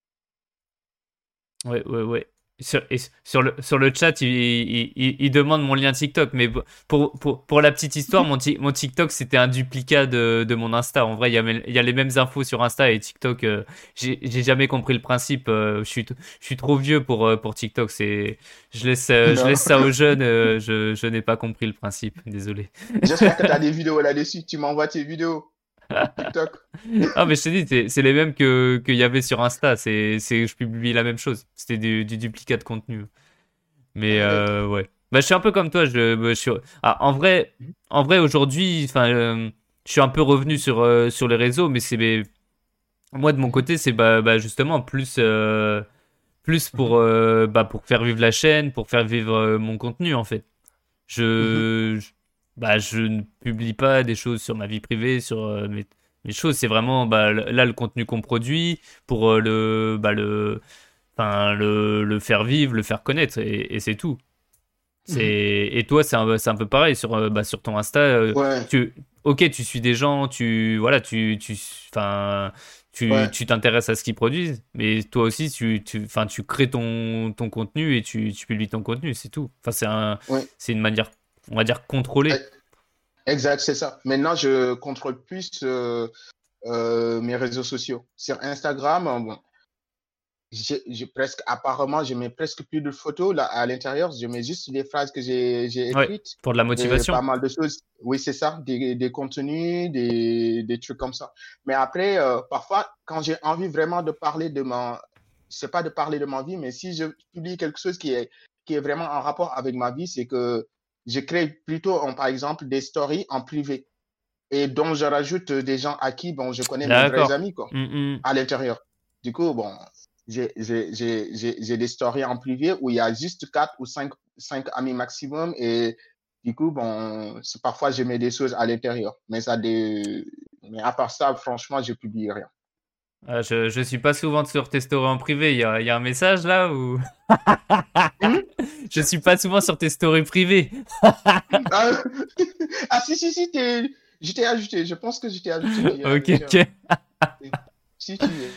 Ouais, ouais, ouais. Sur, et sur le, sur le chat, il, il, il, il demande mon lien TikTok, mais pour, pour, pour la petite histoire, mon, ti- mon TikTok, c'était un duplicat de, de mon Insta. En vrai, il y a, il y a les mêmes infos sur Insta et TikTok. Euh, j'ai j'ai jamais compris le principe. Euh, je suis, je suis trop vieux pour, euh, pour TikTok. C'est, je laisse, euh, je Non. laisse ça aux jeunes. Euh, je, je n'ai pas compris le principe. Désolé. J'espère que tu as des vidéos là-dessus. Tu m'envoies tes vidéos TikTok. Ah, mais je te dis, c'est c'est les mêmes que qu'il y avait sur Insta. C'est, c'est, je publie la même chose. C'était du, du duplicat de contenu. Mais Ah, ok. euh, ouais. Bah, je suis un peu comme toi. Je, bah, je suis... ah, en vrai, en vrai aujourd'hui, enfin, euh, je suis un peu revenu sur, euh, sur les réseaux, mais c'est mais, moi de mon Mhm, côté, c'est bah, bah, justement plus, euh, plus mhm, pour, euh, bah, pour faire vivre la chaîne, pour faire vivre euh, mon contenu en fait. mhm, Je, je, bah, je ne publie pas des choses sur ma vie privée, sur euh, mes, mes choses. C'est vraiment bah, là le contenu qu'on produit pour euh, le, bah, le, enfin, le, le faire vivre, le faire connaître, et, et c'est tout. mhm. C'est et toi c'est un, c'est un peu pareil sur euh, bah, sur ton Insta euh, Ouais, tu OK, tu suis des gens, tu voilà, tu tu enfin tu ouais. tu t'intéresses à ce qu'ils produisent, mais toi aussi tu tu enfin tu crées ton ton contenu et tu tu publies ton contenu, c'est tout. Enfin c'est un Ouais. c'est une manière on va dire contrôlée. Exact, c'est ça. Maintenant, je contrôle plus euh, euh, mes réseaux sociaux. Sur Instagram, euh, bon, j'ai j'ai presque, apparemment, je mets presque plus de photos là à l'intérieur. Je mets juste les phrases que j'ai j'ai Ouais, écrites, pour de la et pas motivation. mal de choses. Oui, c'est ça, des, des contenus, des, des trucs comme ça. Mais après, euh, parfois, quand j'ai envie vraiment de parler de ma, c'est pas de parler de ma vie, mais si je publie quelque chose qui est, qui est vraiment en rapport avec ma vie, c'est que je crée plutôt, en, par exemple, des stories en privé et dont je rajoute des gens à qui, bon, je connais mes vrais D'accord. amis, quoi, Hum, hum. à l'intérieur. Du coup, bon, j'ai j'ai- j'ai- j'ai- j'ai des stories en privé où il y a juste quatre ou cinq, cinq amis maximum et du coup, bon, c'est- parfois je mets des choses à l'intérieur. Mais ça, des... mais à part ça, franchement, je publie rien. Ah, je je suis pas souvent sur tes stories en privé, il y a il y a un message là ou Hum? je suis pas souvent sur tes stories privées. Ah, ah, si, si, si, t'es- je t'ai ajouté. Je pense que je t'ai ajouté. J'ai OK, ajouté. OK. Si tu es.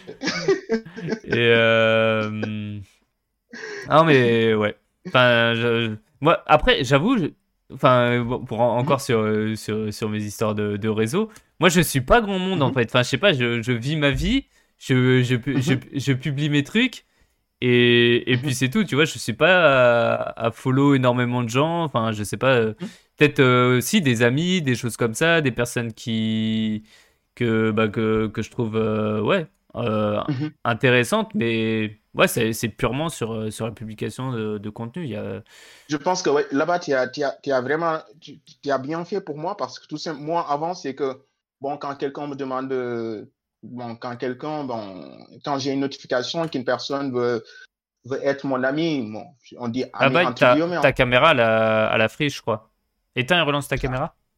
Et euh... non mais ouais. Enfin, je- je- moi après, j'avoue, je- enfin bon, pour en- Mhm, encore sur, euh, sur sur mes histoires de, de réseau, moi je suis pas grand monde en mhm, fait. Enfin, je sais pas, je, je vis ma vie, je je, pu- je mhm, je publie mes trucs et et puis mhm, c'est tout. Tu vois, je suis pas à, à follow énormément de gens. Enfin, je sais pas. euh, Peut-être euh, aussi des amis, des choses comme ça, des personnes qui que, bah, que, que je trouve euh, ouais, euh, mhm. intéressante, mais ouais, c'est c'est purement sur, euh, sur la publication de, de contenu. Il y a... Je pense que ouais, là-bas, tu as, tu as, tu as vraiment tu, tu as bien fait pour moi parce que tout simplement, moi, avant, c'est que, bon, quand quelqu'un me demande, de- bon, quand quelqu'un, bon, quand j'ai une notification qu'une personne veut, veut être mon ami, bon, on dit Ah ami bah, entre ta, guillemets, ta hein. caméra à la, à la friche, je crois. Éteins et relance ta Ah, caméra.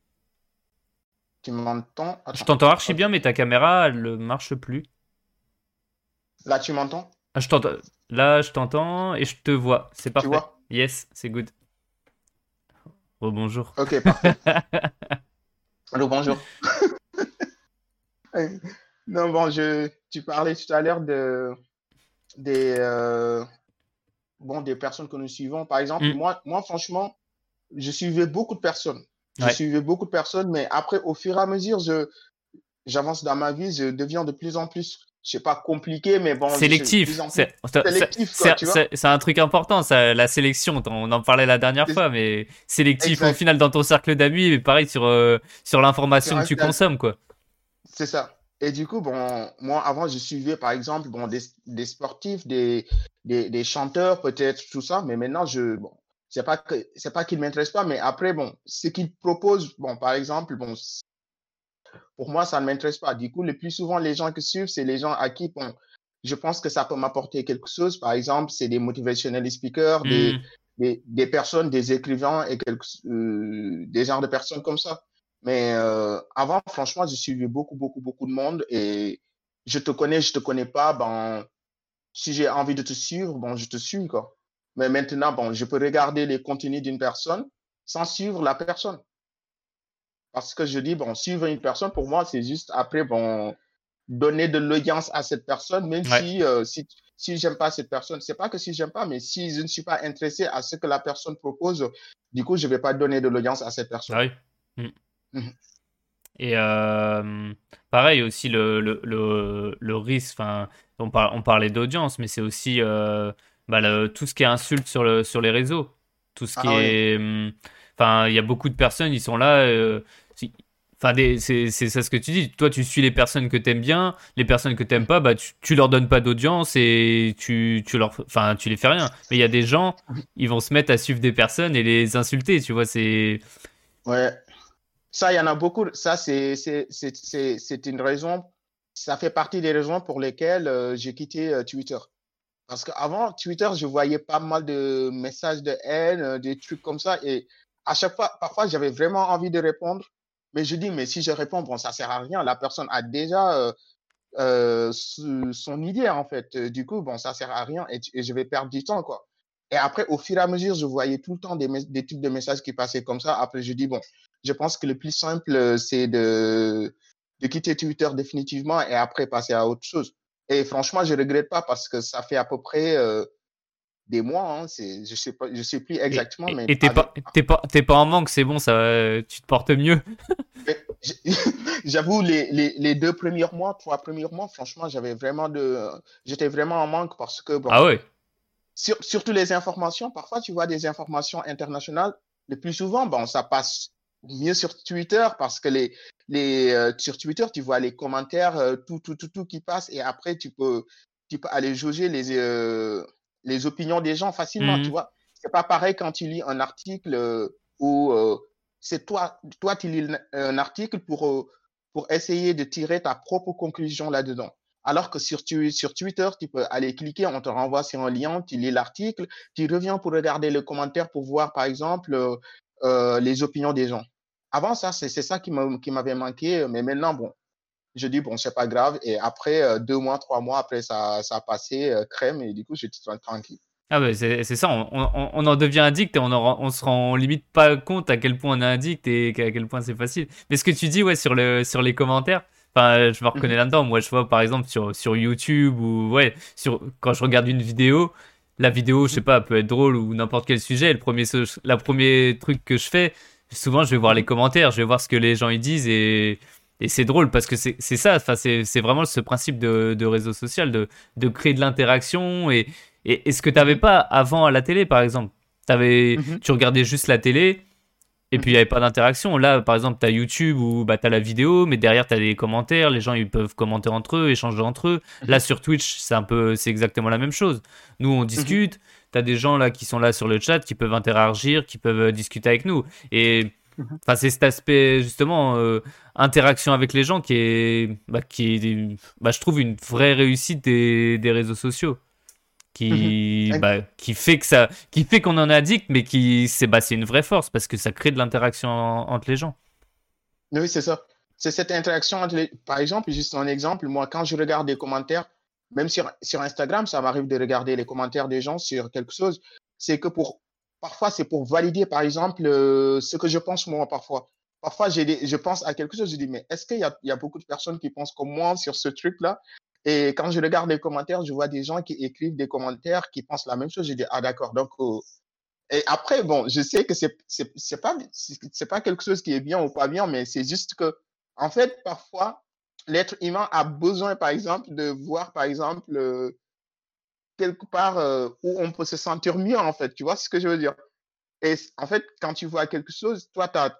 tu m'entends? Je Attends, t'entends archi ok. bien, mais ta caméra, elle ne marche plus. Là, tu m'entends? Ah, je t'entends. Là, je t'entends et je te vois. C'est Tu parfait. vois? Yes, c'est good. Rebonjour. Ok, parfait. Allô, bonjour. Non, bon, je, tu parlais tout à l'heure de, des, euh, bon, des personnes que nous suivons. Par exemple, Hmm, moi, moi, franchement, je suivais beaucoup de personnes. Je ouais. suivais beaucoup de personnes, mais après, au fur et à mesure, je, j'avance dans ma vie, je deviens de plus en plus, je sais pas, compliqué, mais bon, je suis de plus Sélectif, en plus c'est c'est- sélectif, quoi, c'est- tu vois. c'est- c'est un truc important, ça, la sélection. On en parlait la dernière C'est- fois, mais sélectif au Exact. final dans ton cercle d'amis, mais pareil sur, euh, sur Sur l'information que tu Insta- consommes, quoi. C'est ça. Et du coup, bon, moi, avant, je suivais, par exemple, bon, des, des sportifs, des, des, des chanteurs, peut-être, tout ça. Mais maintenant, je, bon, c'est pas que, c'est pas qu'ils ne m'intéressent pas, mais après, bon, ce qu'ils proposent, bon, par exemple, bon, c- pour moi, ça ne m'intéresse pas. Du coup, le plus souvent, les gens que suivent, c'est les gens à qui, bon, je pense que ça peut m'apporter quelque chose. Par exemple, c'est des motivational speakers, des, Hmm. des, des personnes, des écrivains et quelques, euh, des genres de personnes comme ça. Mais euh, avant, franchement, je suivais beaucoup, beaucoup, beaucoup de monde et je te connais, je te connais pas. Ben, si j'ai envie de te suivre, bon, je te suis, quoi. Mais maintenant, bon, je peux regarder les contenus d'une personne sans suivre la personne. Parce que je dis, bon, suivre une personne, pour moi, c'est juste après, bon, donner de l'audience à cette personne, même Ouais. si, euh, si, si j'aime pas cette personne. C'est pas que si j'aime pas, mais si je ne suis pas intéressé à ce que la personne propose, du coup, je vais pas donner de l'audience à cette Ah personne. oui. Hmm. Mhm. Et euh, pareil aussi le, le, le, le risque, enfin, on, par- on parlait d'audience, mais c'est aussi euh, bah, le- tout ce qui est insulte sur, le, sur les réseaux. Tout ce qui Ah oui. est. hum, Enfin, il y a beaucoup de personnes, ils sont là. euh, si- Enfin, des- c'est c'est ça ce que tu dis. Toi, tu suis les personnes que t'aimes bien, les personnes que t'aimes pas, bah, tu, tu leur donnes pas d'audience et tu, tu leur, enfin, tu les fais rien. Mais il y a des gens, ils vont se mettre à suivre des personnes et les insulter, tu vois. C'est. Ouais. Ça, il y en a beaucoup. Ça, c'est, c'est, c'est, c'est, c'est une raison. Ça fait partie des raisons pour lesquelles euh, j'ai quitté euh, Twitter. Parce qu'avant, Twitter, je voyais pas mal de messages de haine, euh, des trucs comme ça. Et à chaque fois, parfois, j'avais vraiment envie de répondre. Mais je dis, mais si je réponds, bon, ça sert à rien. La personne a déjà euh, euh, ce- son idée, en fait. Euh, Du coup, bon, ça sert à rien et, et je vais perdre du temps, quoi. Et après, au fur et à mesure, je voyais tout le temps des, mes- des types de messages qui passaient comme ça. Après, je dis, bon, je pense que le plus simple, euh, c'est de, de quitter Twitter définitivement et après passer à autre chose. Et franchement, je regrette pas parce que ça fait à peu près euh, des mois, hein, c'est, je sais pas, je sais plus Et exactement, et- mais et t'es avec, pas, t'es pas, t'es pas en manque, c'est bon, ça, va, tu te portes mieux. mais j'- j'avoue, les, les, les deux premiers mois, trois premiers mois, franchement, j'avais vraiment de, j'étais vraiment en manque parce que, bon, Ah ouais. sur, surtout les informations, parfois tu vois des informations internationales, le plus souvent, bon, ça passe mieux sur Twitter parce que les, les, euh, sur Twitter, tu vois les commentaires, euh, tout, tout, tout, tout qui passe et après, tu peux, tu peux aller juger les, euh, les opinions des gens facilement, tu Mhm. vois. C'est pas pareil quand tu lis un article euh, où euh, c'est toi, toi, tu lis un article pour, euh, pour essayer de tirer ta propre conclusion là-dedans. Alors que sur, tu, sur Twitter, tu peux aller cliquer, on te renvoie sur un lien, tu lis l'article, tu reviens pour regarder le commentaire pour voir, par exemple, euh, euh, les opinions des gens. Avant ça, c'est c'est ça qui m'a- qui m'avait manqué, mais maintenant, bon, je dis, bon, c'est pas grave. Et après, euh, deux mois, trois mois après, ça, ça a passé euh, crème et du coup, j'étais tranquille. Ah bah c'est c'est ça, on, on- on en devient addict et on, en rend- on se rend limite pas compte à quel point on est addict et à quel point c'est facile. Mais ce que tu dis, ouais, sur, le, sur les commentaires, enfin, je me reconnais Mhm, là-dedans. Moi, je vois par exemple sur, sur YouTube ou ouais, sur, quand je regarde une vidéo, la vidéo, je sais mhm, pas, peut être drôle ou n'importe quel sujet. Le premier, so- la premier truc que je fais, souvent, je vais voir les mhm, commentaires, je vais voir ce que les gens ils disent et, et c'est drôle parce que c'est c'est ça, enfin, c'est c'est vraiment ce principe de, de réseau social, de, de créer de l'interaction et et, et ce que tu n'avais mhm, pas avant à la télé, par exemple. T'avais, mhm, tu regardais juste la télé et puis il n'y mhm, avait pas d'interaction. Là, par exemple, tu as YouTube où bah, tu as la vidéo, mais derrière, tu as des commentaires. Les gens, ils peuvent commenter entre eux, échanger entre eux. Là, mhm, sur Twitch, c'est un peu, c'est exactement la même chose. Nous, on mhm, discute. Tu as des gens là qui sont là sur le chat, qui peuvent interagir, qui peuvent euh, discuter avec nous. Et mhm, enfin, c'est cet aspect, justement, euh, interaction avec les gens qui est, bah, qui est bah, je trouve, une vraie réussite des, des réseaux sociaux mhm. qui, Ex- bah, qui fait que ça, qui fait qu'on en est addict, mais qui, c'est, bah, c'est une vraie force parce que ça crée de l'interaction en- entre les gens. Oui, c'est ça. C'est cette interaction entre les... Par exemple, juste un exemple, moi, quand je regarde des commentaires, même sur, sur Instagram, ça m'arrive de regarder les commentaires des gens sur quelque chose. C'est que pour... Parfois, c'est pour valider, par exemple, euh, ce que je pense moi, parfois. Parfois, j'ai des... je pense à quelque chose, je dis, mais est-ce qu'il y a, il y a beaucoup de personnes qui pensent comme moi sur ce truc-là? Et quand je regarde les commentaires, je vois des gens qui écrivent des commentaires qui pensent la même chose. Je dis, ah d'accord, donc euh, et après, bon, je sais que c'est c'est c'est pas c'est c'est pas quelque chose qui est bien ou pas bien, mais c'est juste que en fait parfois l'être humain a besoin, par exemple, de voir, par exemple, euh, quelque part euh, où on peut se sentir mieux, en fait. Tu vois ce que je veux dire? Et en fait, quand tu vois quelque chose, toi, tu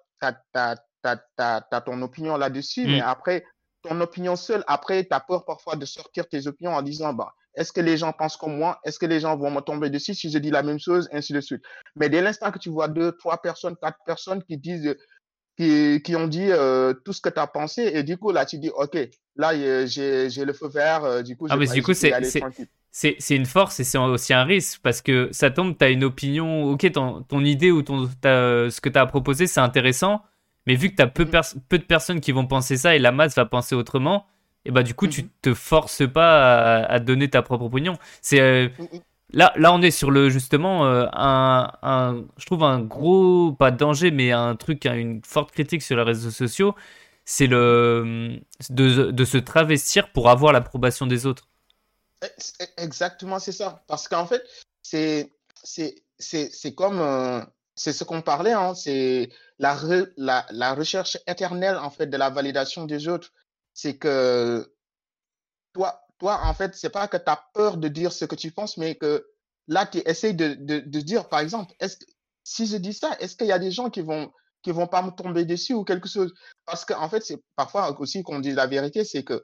as, ton opinion là-dessus, mais Mm. après, ton opinion seule, après, tu as peur parfois de sortir tes opinions en disant, bah, est-ce que les gens pensent comme moi? Est-ce que les gens vont me tomber dessus si je dis la même chose, ainsi de suite. Mais dès l'instant que tu vois deux, trois personnes, quatre personnes qui disent, qui, qui ont dit euh, tout ce que tu as pensé, et du coup, là, tu dis, OK, là, euh, j'ai, j'ai le feu vert, euh, du coup, Ah, je, mais du coup, je peux y c'est, aller c'est, tranquille. c'est, c'est une force et c'est aussi un risque parce que ça tombe, t'as une opinion, ok, ton, ton idée ou ton, t'as- ce que t'as à proposer, c'est intéressant, mais vu que t'as peu, Mhm, pers- peu de personnes qui vont penser ça et la masse va penser autrement, et bah du coup, tu mhm, te forces pas à, à donner ta propre opinion. C'est, euh, mhm, là, là, on est sur le, justement, euh, un, un, je trouve un gros, pas danger, mais un truc, hein, une forte critique sur les réseaux sociaux, c'est mhm. le, de, de se travestir pour avoir l'approbation des autres. Exactement, c'est ça. Parce qu'en fait, c'est c'est c'est c'est comme euh, c'est ce qu'on parlait, hein, c'est la, re- la la recherche éternelle en fait de la validation des autres. C'est que toi toi en fait, c'est pas que tu as peur de dire ce que tu penses, mais que là tu essaies de, de de dire par exemple, est-ce que si je dis ça, est-ce qu'il y a des gens qui vont qui vont pas me tomber dessus ou quelque chose? Parce qu'en fait, c'est parfois aussi qu'on dit la vérité, c'est que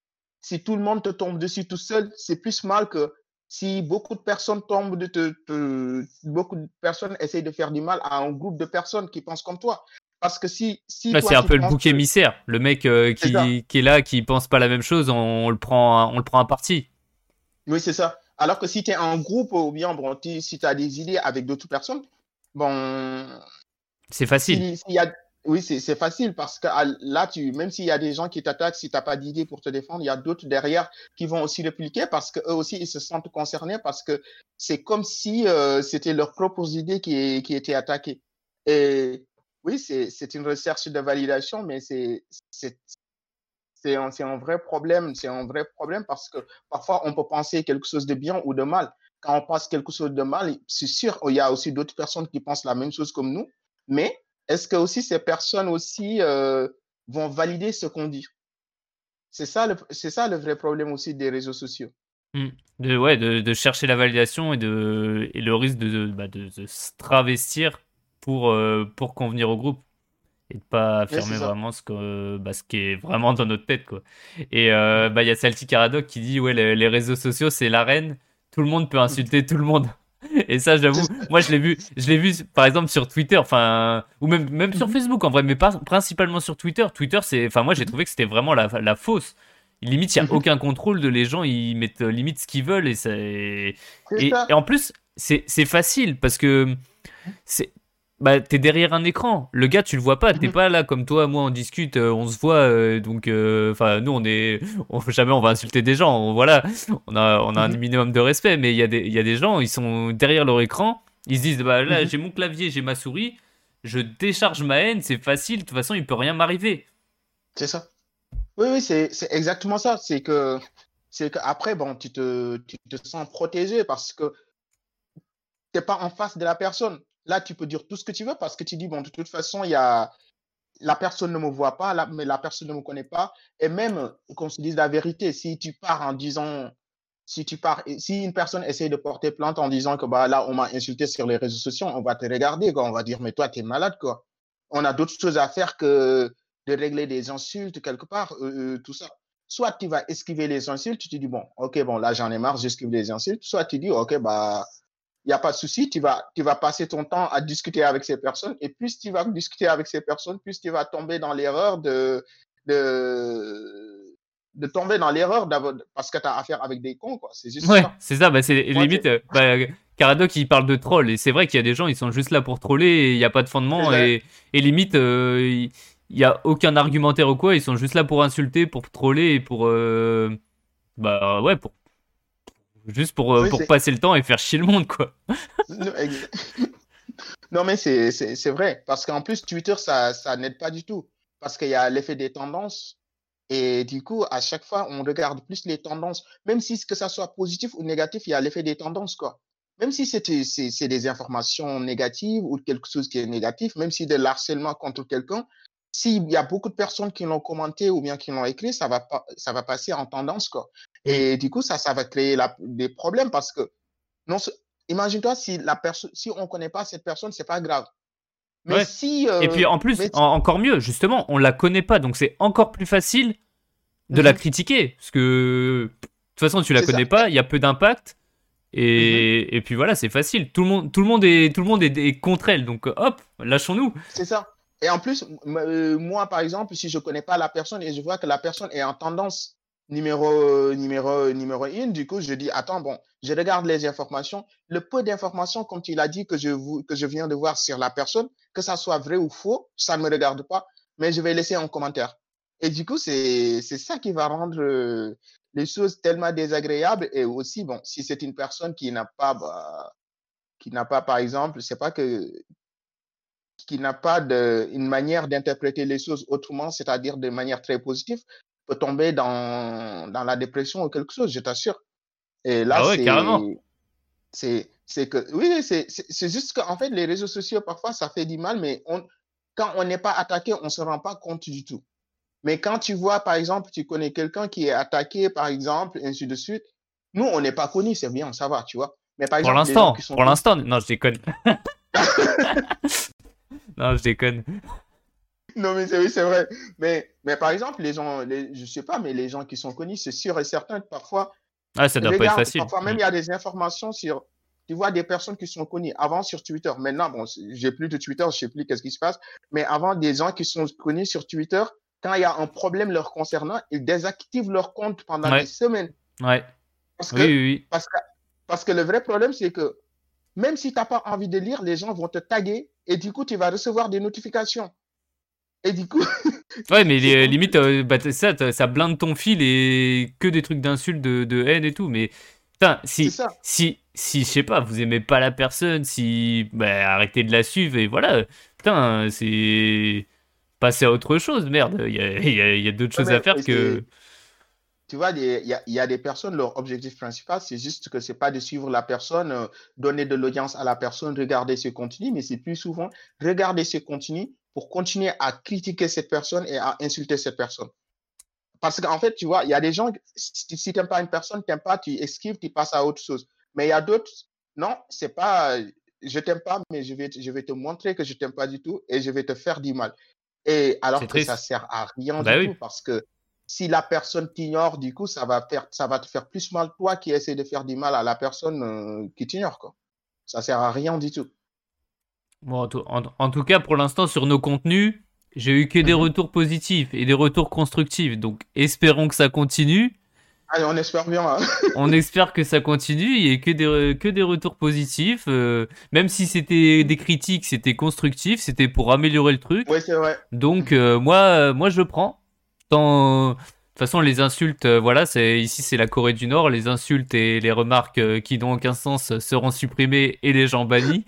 si tout le monde te tombe dessus tout seul, c'est plus mal que si beaucoup de personnes tombent de te, te- beaucoup de personnes essayent de faire du mal à un groupe de personnes qui pensent comme toi. Parce que si, si Ouais, c'est toi un tu peu le penses bouc que émissaire. Le mec euh, c'est ça, qui, qui est là, qui pense pas la même chose, on, on le prend, on le prend à partie. oui, c'est ça. Alors que si tu es en groupe ou bien bon, tu- si tu as des idées avec d'autres personnes, bon, C'est facile. s'il s'il y a, oui, c'est c'est facile parce que à- là, tu, même s'il y a des gens qui t'attaquent, si tu n'as pas d'idée pour te défendre, il y a d'autres derrière qui vont aussi répliquer parce qu'eux aussi, ils se sentent concernés parce que c'est comme si euh, c'était leurs propres idées qui, qui étaient attaquées. Et oui, c'est c'est une recherche de validation, mais c'est c'est c'est un, c'est un vrai problème. C'est un vrai problème parce que parfois, on peut penser quelque chose de bien ou de mal. Quand on pense quelque chose de mal, c'est sûr, il y a aussi d'autres personnes qui pensent la même chose comme nous. Mais est-ce que aussi ces personnes aussi euh, vont valider ce qu'on dit? C'est ça, le, c'est ça le vrai problème aussi des réseaux sociaux. Mm. De, ouais, de, de chercher la validation et, de, et le risque de, de, bah, de, de se travestir pour, euh, pour convenir au groupe et de pas Oui, c'est affirmer ça. vraiment ce, que, bah, ce qui est vraiment dans notre tête, quoi. Et euh, Mhm, bah, il y a Salty Caradoc qui dit, ouais, les, les réseaux sociaux, c'est l'arène. Tout le monde peut mhm. insulter tout le monde. Et ça, C'est j'avoue, ça. moi, je l'ai vu, je l'ai vu, par exemple, sur Twitter, enfin, ou même, même sur Mhm, Facebook, en vrai, mais pas principalement sur Twitter. Twitter, c'est, enfin, moi, j'ai mhm, trouvé que c'était vraiment la, la fausse. Limite, il y a mhm. aucun contrôle de les gens, ils mettent euh, limite ce qu'ils veulent et c'est, C'est et, et ça. en plus, c'est, c'est facile parce que c'est, bah, t'es derrière un écran. Le gars, tu le vois pas. T'es Mhm, pas là comme toi, moi, on discute, euh, on se voit. euh, donc, euh, enfin, nous, on est, on, jamais on va insulter des gens. On, voilà, on a, on a un mhm, minimum de respect. Mais il y a des, il y a des gens, ils sont derrière leur écran. Ils se disent, bah là, mhm. j'ai mon clavier, j'ai ma souris. Je décharge ma haine, c'est facile. De toute façon, il peut rien m'arriver. C'est ça. Oui, oui, c'est c'est exactement ça. C'est que c'est qu'après, bon, tu te, tu te sens protégé parce que tu n'es pas en face de la personne. Là, tu peux dire tout ce que tu veux parce que tu dis, bon, de toute façon, il y a, la personne ne me voit pas, la, mais la personne ne me connaît pas. Et même qu'on se dise la vérité, si tu pars en disant, si tu pars, si une personne essaie de porter plainte en disant que bah, là, on m'a insulté sur les réseaux sociaux, on va te regarder, quoi. On va dire, mais toi, tu es malade, quoi. On a d'autres choses à faire que de régler des insultes quelque part, euh, euh, tout ça. Soit tu vas esquiver les insultes, tu te dis, bon, ok, bon, là, j'en ai marre, j'esquive les insultes. Soit tu dis, ok, bah, il n'y a pas de souci, tu vas, tu vas passer ton temps à discuter avec ces personnes. Et plus tu vas discuter avec ces personnes, plus tu vas tomber dans l'erreur de, de, de tomber dans l'erreur parce que tu as affaire avec des cons, quoi. C'est juste Ouais, ça. c'est ça. Bah, c'est Moi, limite. c'est euh, bah, Caradoc, il parle de troll. Et c'est vrai qu'il y a des gens, ils sont juste là pour troller et il n'y a pas de fondement. ça. Et, et limite, euh, il n'y a aucun argumentaire ou quoi. Ils sont juste là pour insulter, pour troller et pour. euh, Bah ouais, pour, juste pour, euh, Oui, pour c'est. passer le temps et faire chier le monde, quoi. Non, mais c'est, c'est, c'est vrai. Parce qu'en plus, Twitter, ça, ça n'aide pas du tout. Parce qu'il y a l'effet des tendances. Et du coup, à chaque fois, on regarde plus les tendances. Même si que ça soit positif ou négatif, il y a l'effet des tendances, quoi. Même si c'était, c'est, c'est des informations négatives ou quelque chose qui est négatif, même si de l'harcèlement contre quelqu'un, s'il y a beaucoup de personnes qui l'ont commenté ou bien qui l'ont écrit, ça va pas, ça va passer en tendance, quoi. Et du coup, ça, ça va créer la, des problèmes parce que, non, imagine-toi si la personne, si on connaît pas cette personne, c'est pas grave. Mais Ouais. si, Et euh, puis en plus, mais, en- encore mieux, justement, on la connaît pas, donc c'est encore plus facile de la Mhm, critiquer. Parce que, de toute façon, tu la c'est ça. connais pas, il y a peu d'impact. Mhm, Et, et puis voilà, c'est facile. Tout le monde, tout le monde, est, tout le monde est, est contre elle. Donc hop, lâchons-nous. c'est ça. Et en plus, m- euh, moi, par exemple, si je connais pas la personne et je vois que la personne est en tendance numéro, numéro, numéro une, du coup, je dis, attends, bon, je regarde les informations. Le peu d'informations, comme tu l'as dit, que je, vous- que je viens de voir sur la personne, que ça soit vrai ou faux, ça ne me regarde pas, mais je vais laisser un commentaire. Et du coup, c'est, c'est ça qui va rendre euh, les choses tellement désagréables. Et aussi, bon, si c'est une personne qui n'a pas, bah, qui n'a pas, par exemple, c'est pas que qui n'a pas de, une manière d'interpréter les choses autrement, c'est-à-dire de manière très positive, peut tomber dans, dans la dépression ou quelque chose, je t'assure. Et là, Ah ouais, carrément. c'est, c'est, c'est que, oui, c'est, c'est, c'est juste qu'en fait, les réseaux sociaux, parfois, ça fait du mal, mais on, quand on n'est pas attaqué, on ne se rend pas compte du tout. Mais quand tu vois, par exemple, tu connais quelqu'un qui est attaqué, par exemple, ainsi de suite, nous, on n'est pas connus, c'est bien, ça va, tu vois. Mais par Pour exemple, les gens qui l'instant, sont pour connus, l'instant, non, je déconne. Non, je déconne. non, mais c'est oui, c'est vrai. Mais, mais par exemple, les gens, les, je sais pas, mais les gens qui sont connus, c'est sûr et certain que parfois, Ah, ça doit pas être regarde, facile. parfois Mm. même il y a des informations sur, tu vois, des personnes qui sont connues avant sur Twitter. Maintenant, bon, j'ai plus de Twitter, je sais plus qu'est-ce qui se passe. Mais avant, des gens qui sont connus sur Twitter, quand il y a un problème leur concernant, ils désactivent leur compte pendant des Ouais, semaines. ouais. Parce Oui, que, oui, oui. parce que, parce que le vrai problème, c'est que même si tu n'as pas envie de lire, les gens vont te taguer et du coup, tu vas recevoir des notifications. Et du coup, Ouais, mais c'est les, comme, limite, euh, bah, t'as- ça, t'as- ça blinde ton fil et que des trucs d'insultes, de, de haine et tout. Mais putain, c'est si, ça. si, si, je sais pas, vous aimez pas la personne, si, bah, arrêtez de la suivre et voilà. Putain, c'est passer à autre chose, merde. Il y a, il y a, il y a d'autres Ouais, choses à mais faire que. c'est, tu vois, il y a, il y a des personnes, leur objectif principal, c'est juste que c'est pas de suivre la personne, euh, donner de l'audience à la personne, regarder ce contenu, mais c'est plus souvent regarder ce contenu pour continuer à critiquer cette personne et à insulter cette personne. Parce qu'en fait, tu vois, il y a des gens, si, si tu n'aimes pas une personne, tu n'aimes pas, tu esquives, tu passes à autre chose. Mais il y a d'autres, non, c'est pas, je t'aime pas, mais je vais, je vais te montrer que je t'aime pas du tout et je vais te faire du mal. Et C'est alors que ça triste. sert à rien Bah du oui. tout parce que si la personne t'ignore, du coup, ça va faire, ça va te faire plus mal toi qui essaie de faire du mal à la personne euh, qui t'ignore, quoi. Ça sert à rien du tout. Bon, en, tout- en- en tout cas, pour l'instant, sur nos contenus, j'ai eu que des Mhm. retours positifs et des retours constructifs. Donc, espérons que ça continue. Allez, on espère bien, hein. On espère que ça continue. Il n'y ait que des, que des retours positifs. Euh, même si c'était des critiques, c'était constructif. C'était pour améliorer le truc. Oui, c'est vrai. Donc, Mhm. euh, moi, euh, moi, je prends. Tant... De toute façon, les insultes, euh, voilà, c'est ici c'est la Corée du Nord. Les insultes et les remarques euh, qui n'ont aucun sens seront supprimées et les gens bannis.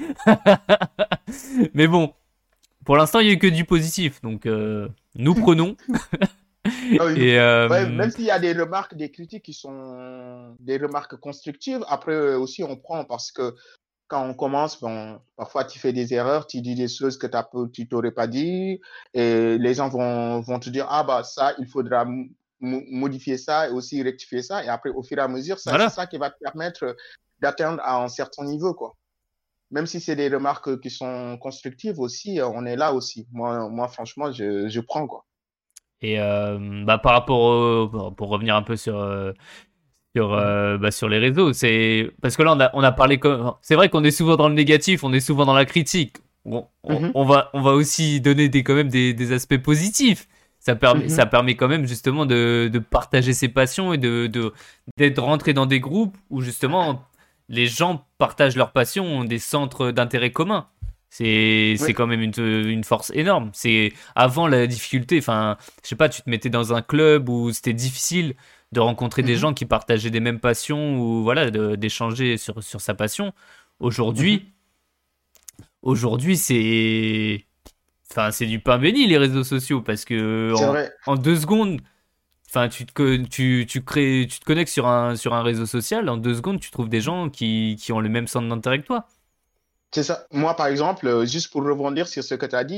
Mais bon, pour l'instant, il n'y a eu que du positif. Donc, euh, nous prenons. Ah oui. Et Ouais, euh, même s'il y a des remarques, des critiques qui sont des remarques constructives, après euh, aussi on prend parce que quand on commence, bon, parfois tu fais des erreurs, tu dis des choses que t'as peu- tu t'aurais pas dit, et les gens vont, vont te dire, ah bah ça, il faudra mo- mo- modifier ça et aussi rectifier ça, et après au fur et à mesure, ça, c'est voilà. ça qui va te permettre d'atteindre à un certain niveau, quoi. Même si c'est des remarques qui sont constructives aussi, euh, on est là aussi. Moi, moi franchement, je, je prends, quoi. Et euh, bah, par rapport au, pour revenir un peu sur, euh, sur, Mhm. euh, bah, sur les réseaux, c'est parce que là on a, on a parlé comme c'est vrai qu'on est souvent dans le négatif, on est souvent dans la critique. On, on, Mhm. on va on va aussi donner des quand même des, des aspects positifs. Ça permet Mhm. ça permet quand même justement de, de partager ses passions et de, de d'être rentré dans des groupes où justement les gens partagent leurs passions, ont des centres d'intérêt communs. C'est Oui. c'est quand même une, une force énorme. C'est avant la difficulté, enfin, je sais pas, tu te mettais dans un club où c'était difficile de rencontrer des Mhm. gens qui partageaient des mêmes passions ou voilà, de- d'échanger sur, sur sa passion. Mhm. Aujourd'hui, aujourd'hui c'est enfin, c'est du pain béni les réseaux sociaux parce que C'est en, vrai. en deux secondes, enfin, tu te, co- tu, tu crées, tu te connectes sur un, sur un réseau social, en deux secondes, tu trouves des gens qui, qui ont le même centre d'intérêt que toi. C'est ça. Moi, par exemple, euh, juste pour rebondir sur ce que tu as dit,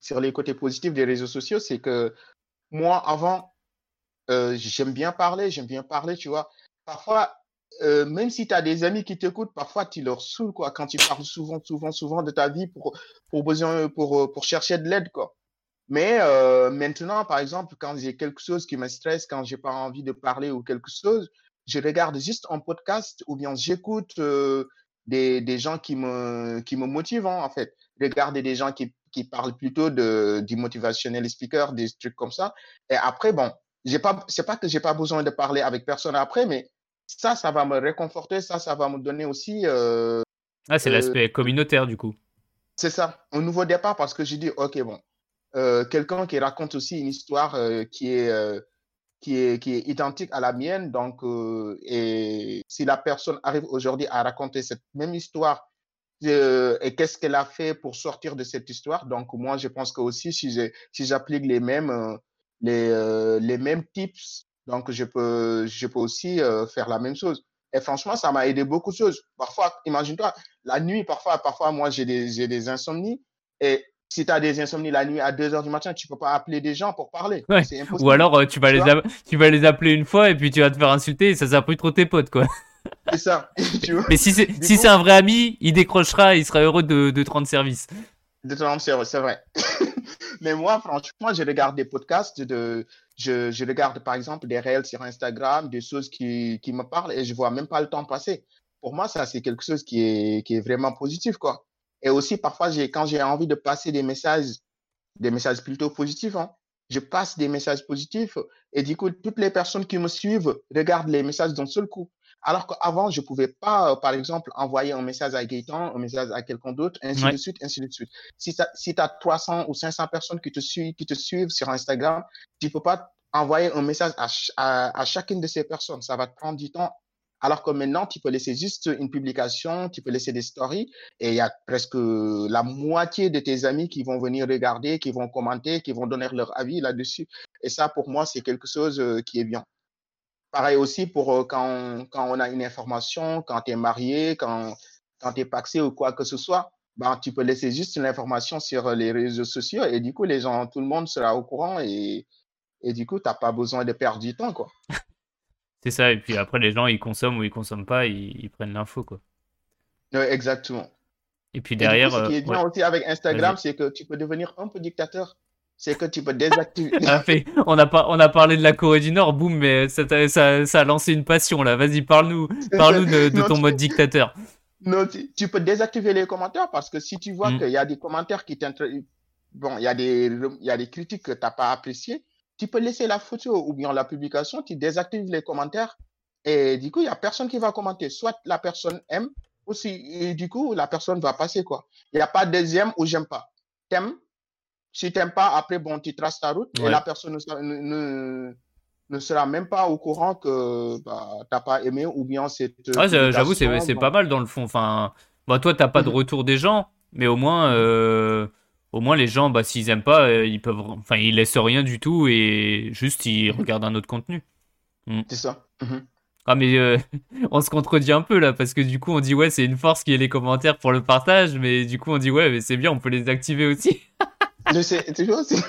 sur les côtés positifs des réseaux sociaux, c'est que moi, avant, euh, j'aime bien parler, j'aime bien parler, tu vois. Parfois, euh, même si tu as des amis qui t'écoutent, parfois tu leur saoules, quoi, quand tu parles souvent, souvent, souvent de ta vie pour, pour besoin, pour, euh, pour chercher de l'aide, quoi. Mais euh, maintenant, par exemple, quand j'ai quelque chose qui me stresse, quand j'ai pas envie de parler ou quelque chose, je regarde juste un podcast ou bien j'écoute euh, des, des gens qui me, qui me motivent, hein, en fait. Regarder des gens qui, qui parlent plutôt de, du motivationnel speaker, des trucs comme ça. Et après, bon, j'ai pas, c'est pas que j'ai pas besoin de parler avec personne après, mais ça, ça va me réconforter, ça, ça va me donner aussi, euh, Ah, c'est euh, l'aspect communautaire du coup. c'est ça, un nouveau départ parce que je dis, OK, bon, euh, quelqu'un qui raconte aussi une histoire euh, qui est, euh, qui est, qui est identique à la mienne. Donc, euh, et si la personne arrive aujourd'hui à raconter cette même histoire, euh, et qu'est-ce qu'elle a fait pour sortir de cette histoire, donc moi, je pense que aussi, si j'ai, si j'applique les mêmes, euh, les, euh, les mêmes tips, donc je peux, je peux aussi euh, faire la même chose. Et franchement, ça m'a aidé beaucoup de choses. Parfois, imagine-toi, la nuit, parfois, parfois, moi, j'ai des, j'ai des insomnies. Et si tu as des insomnies la nuit à deux heures du matin, tu peux pas appeler des gens pour parler. Ouais. C'est Ou impossible. alors euh, tu vas Tu les vois? a- tu vas les appeler une fois et puis tu vas te faire insulter et ça sert plus trop tes potes quoi. C'est ça. Tu vois? Mais si c'est Du si c'est coup, un vrai ami, il décrochera, et il sera heureux de, de te rendre service. de ton c'est c'est vrai. Mais moi, franchement, je regarde des podcasts, de, je, je regarde par exemple des réels sur Instagram, des choses qui, qui me parlent et je vois même pas le temps passer. Pour moi, ça, c'est quelque chose qui est, qui est vraiment positif, quoi. Et aussi, parfois, j'ai, quand j'ai envie de passer des messages, des messages plutôt positifs, hein, je passe des messages positifs et du coup, toutes les personnes qui me suivent regardent les messages d'un seul coup. Alors qu'avant, je ne pouvais pas, euh, par exemple, envoyer un message à Gaëtan, un message à quelqu'un d'autre, ainsi de Ouais. suite, ainsi de suite. Si tu as, si t'as trois cents ou cinq cents personnes qui te, suivent, qui te suivent sur Instagram, tu ne peux pas envoyer un message à, à, à chacune de ces personnes. Ça va te prendre du temps. Alors que maintenant, tu peux laisser juste une publication, tu peux laisser des stories et il y a presque la moitié de tes amis qui vont venir regarder, qui vont commenter, qui vont donner leur avis là-dessus. Et ça, pour moi, c'est quelque chose euh, qui est bien. Pareil aussi pour euh, quand, on, quand on a une information, quand tu es marié, quand, quand tu es paxé ou quoi que ce soit, ben, tu peux laisser juste l'information sur les réseaux sociaux et du coup, les gens, tout le monde sera au courant et, et du coup, tu n'as pas besoin de perdre du temps, quoi. C'est ça, et puis après les gens ils consomment ou ils consomment pas, ils, ils prennent l'info quoi. Euh, exactement. Et puis Et du coup, derrière, ce euh, qui est ouais, bien aussi avec Instagram, vas-y. c'est que tu peux devenir un peu dictateur. C'est que tu peux désactiver. Ah, fait, on a pas, on a parlé de la Corée du Nord, boum, mais ça, t'a- ça, ça a lancé une passion là. Vas-y, parle-nous, parle-nous de, de Non, ton tu, mode dictateur. non, tu, tu peux désactiver les commentaires parce que si tu vois Hmm. qu'il y a des commentaires qui t'intéressent, bon, il y a des, il y a des critiques que tu n'as pas appréciées, tu peux laisser la photo ou bien la publication, tu désactives les commentaires et du coup, il n'y a personne qui va commenter. Soit la personne aime, ou si, et du coup, la personne va passer quoi. Il n'y a pas de deuxième ou j'aime pas. T'aimes, si t'aimes pas, après, bon, tu traces ta route et la Ouais. personne ne, ne, ne, ne sera même pas au courant que bah, tu n'as pas aimé ou bien cette euh, Ouais, j'a- j'avoue, c'est, publication. c'est pas Bon. mal dans le fond. Enfin, bah, toi, t'as pas de Mhm, retour des gens, mais au moins, mhm, euh, au moins les gens, bah, s'ils aiment pas, euh, ils peuvent, enfin, ils laissent rien du tout et juste ils mhm. regardent un autre contenu. Hmm. C'est ça. Mhm. Ah, mais euh, on se contredit un peu là, parce que du coup, on dit ouais, c'est une force qu'il y ait les commentaires pour le partage, mais du coup, on dit ouais, mais c'est bien, on peut les activer aussi. Je sais, tu vois, c'est,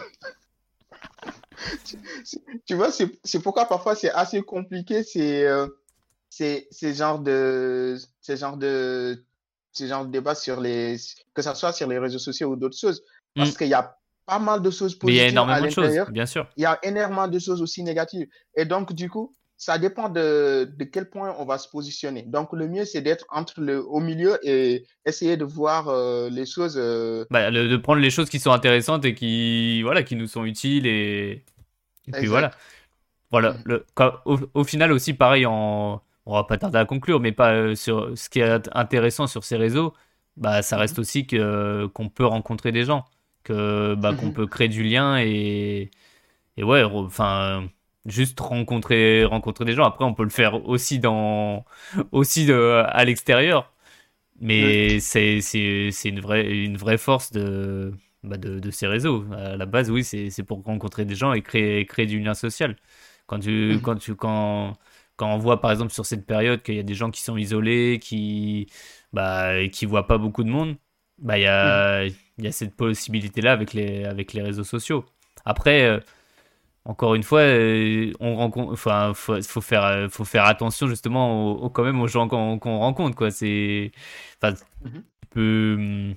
c'est- tu vois, c'est c'est pourquoi parfois c'est assez compliqué, c'est euh, c'est c'est genre de c'est genre de ce genre de débat sur les que ça soit sur les réseaux sociaux ou d'autres choses Hmm. parce qu'il y a pas mal de choses Mais il y a positives à énormément de choses, l'intérieur, bien sûr. il y a énormément de choses aussi négatives et donc du coup ça dépend de, de quel point on va se positionner. Donc le mieux c'est d'être entre le au milieu et essayer de voir euh, les choses euh, Bah, le- de prendre les choses qui sont intéressantes et qui, voilà, qui nous sont utiles et, et puis voilà. exact. Voilà. Mhm. Le, quand- au, au final aussi, pareil, en, on va pas tarder à conclure, mais pas euh, sur ce qui est intéressant sur ces réseaux, bah, ça reste Mhm. aussi que qu'on peut rencontrer des gens, que bah, qu'on Mhm. peut créer du lien et, et ouais, re- enfin. Juste rencontrer, rencontrer des gens. Après, on peut le faire aussi dans, aussi de, à l'extérieur. Oui, Mais c'est c'est c'est une vraie une vraie force de bah de, de ces réseaux. À la base, oui, c'est c'est pour rencontrer des gens et créer créer du lien social. Quand tu mhm. quand tu quand quand on voit par exemple sur cette période qu'il y a des gens qui sont isolés, qui bah qui voient pas beaucoup de monde, bah il y Mhm. a il y a cette possibilité-là avec les, avec les réseaux sociaux. Après, euh, encore une fois, euh, on rencontre, enfin, faut, faut faire, euh, faut faire attention justement aux, aux- quand même aux gens qu'on qu'on rencontre, quoi. C'est, enfin, Mhm. tu peux, hum,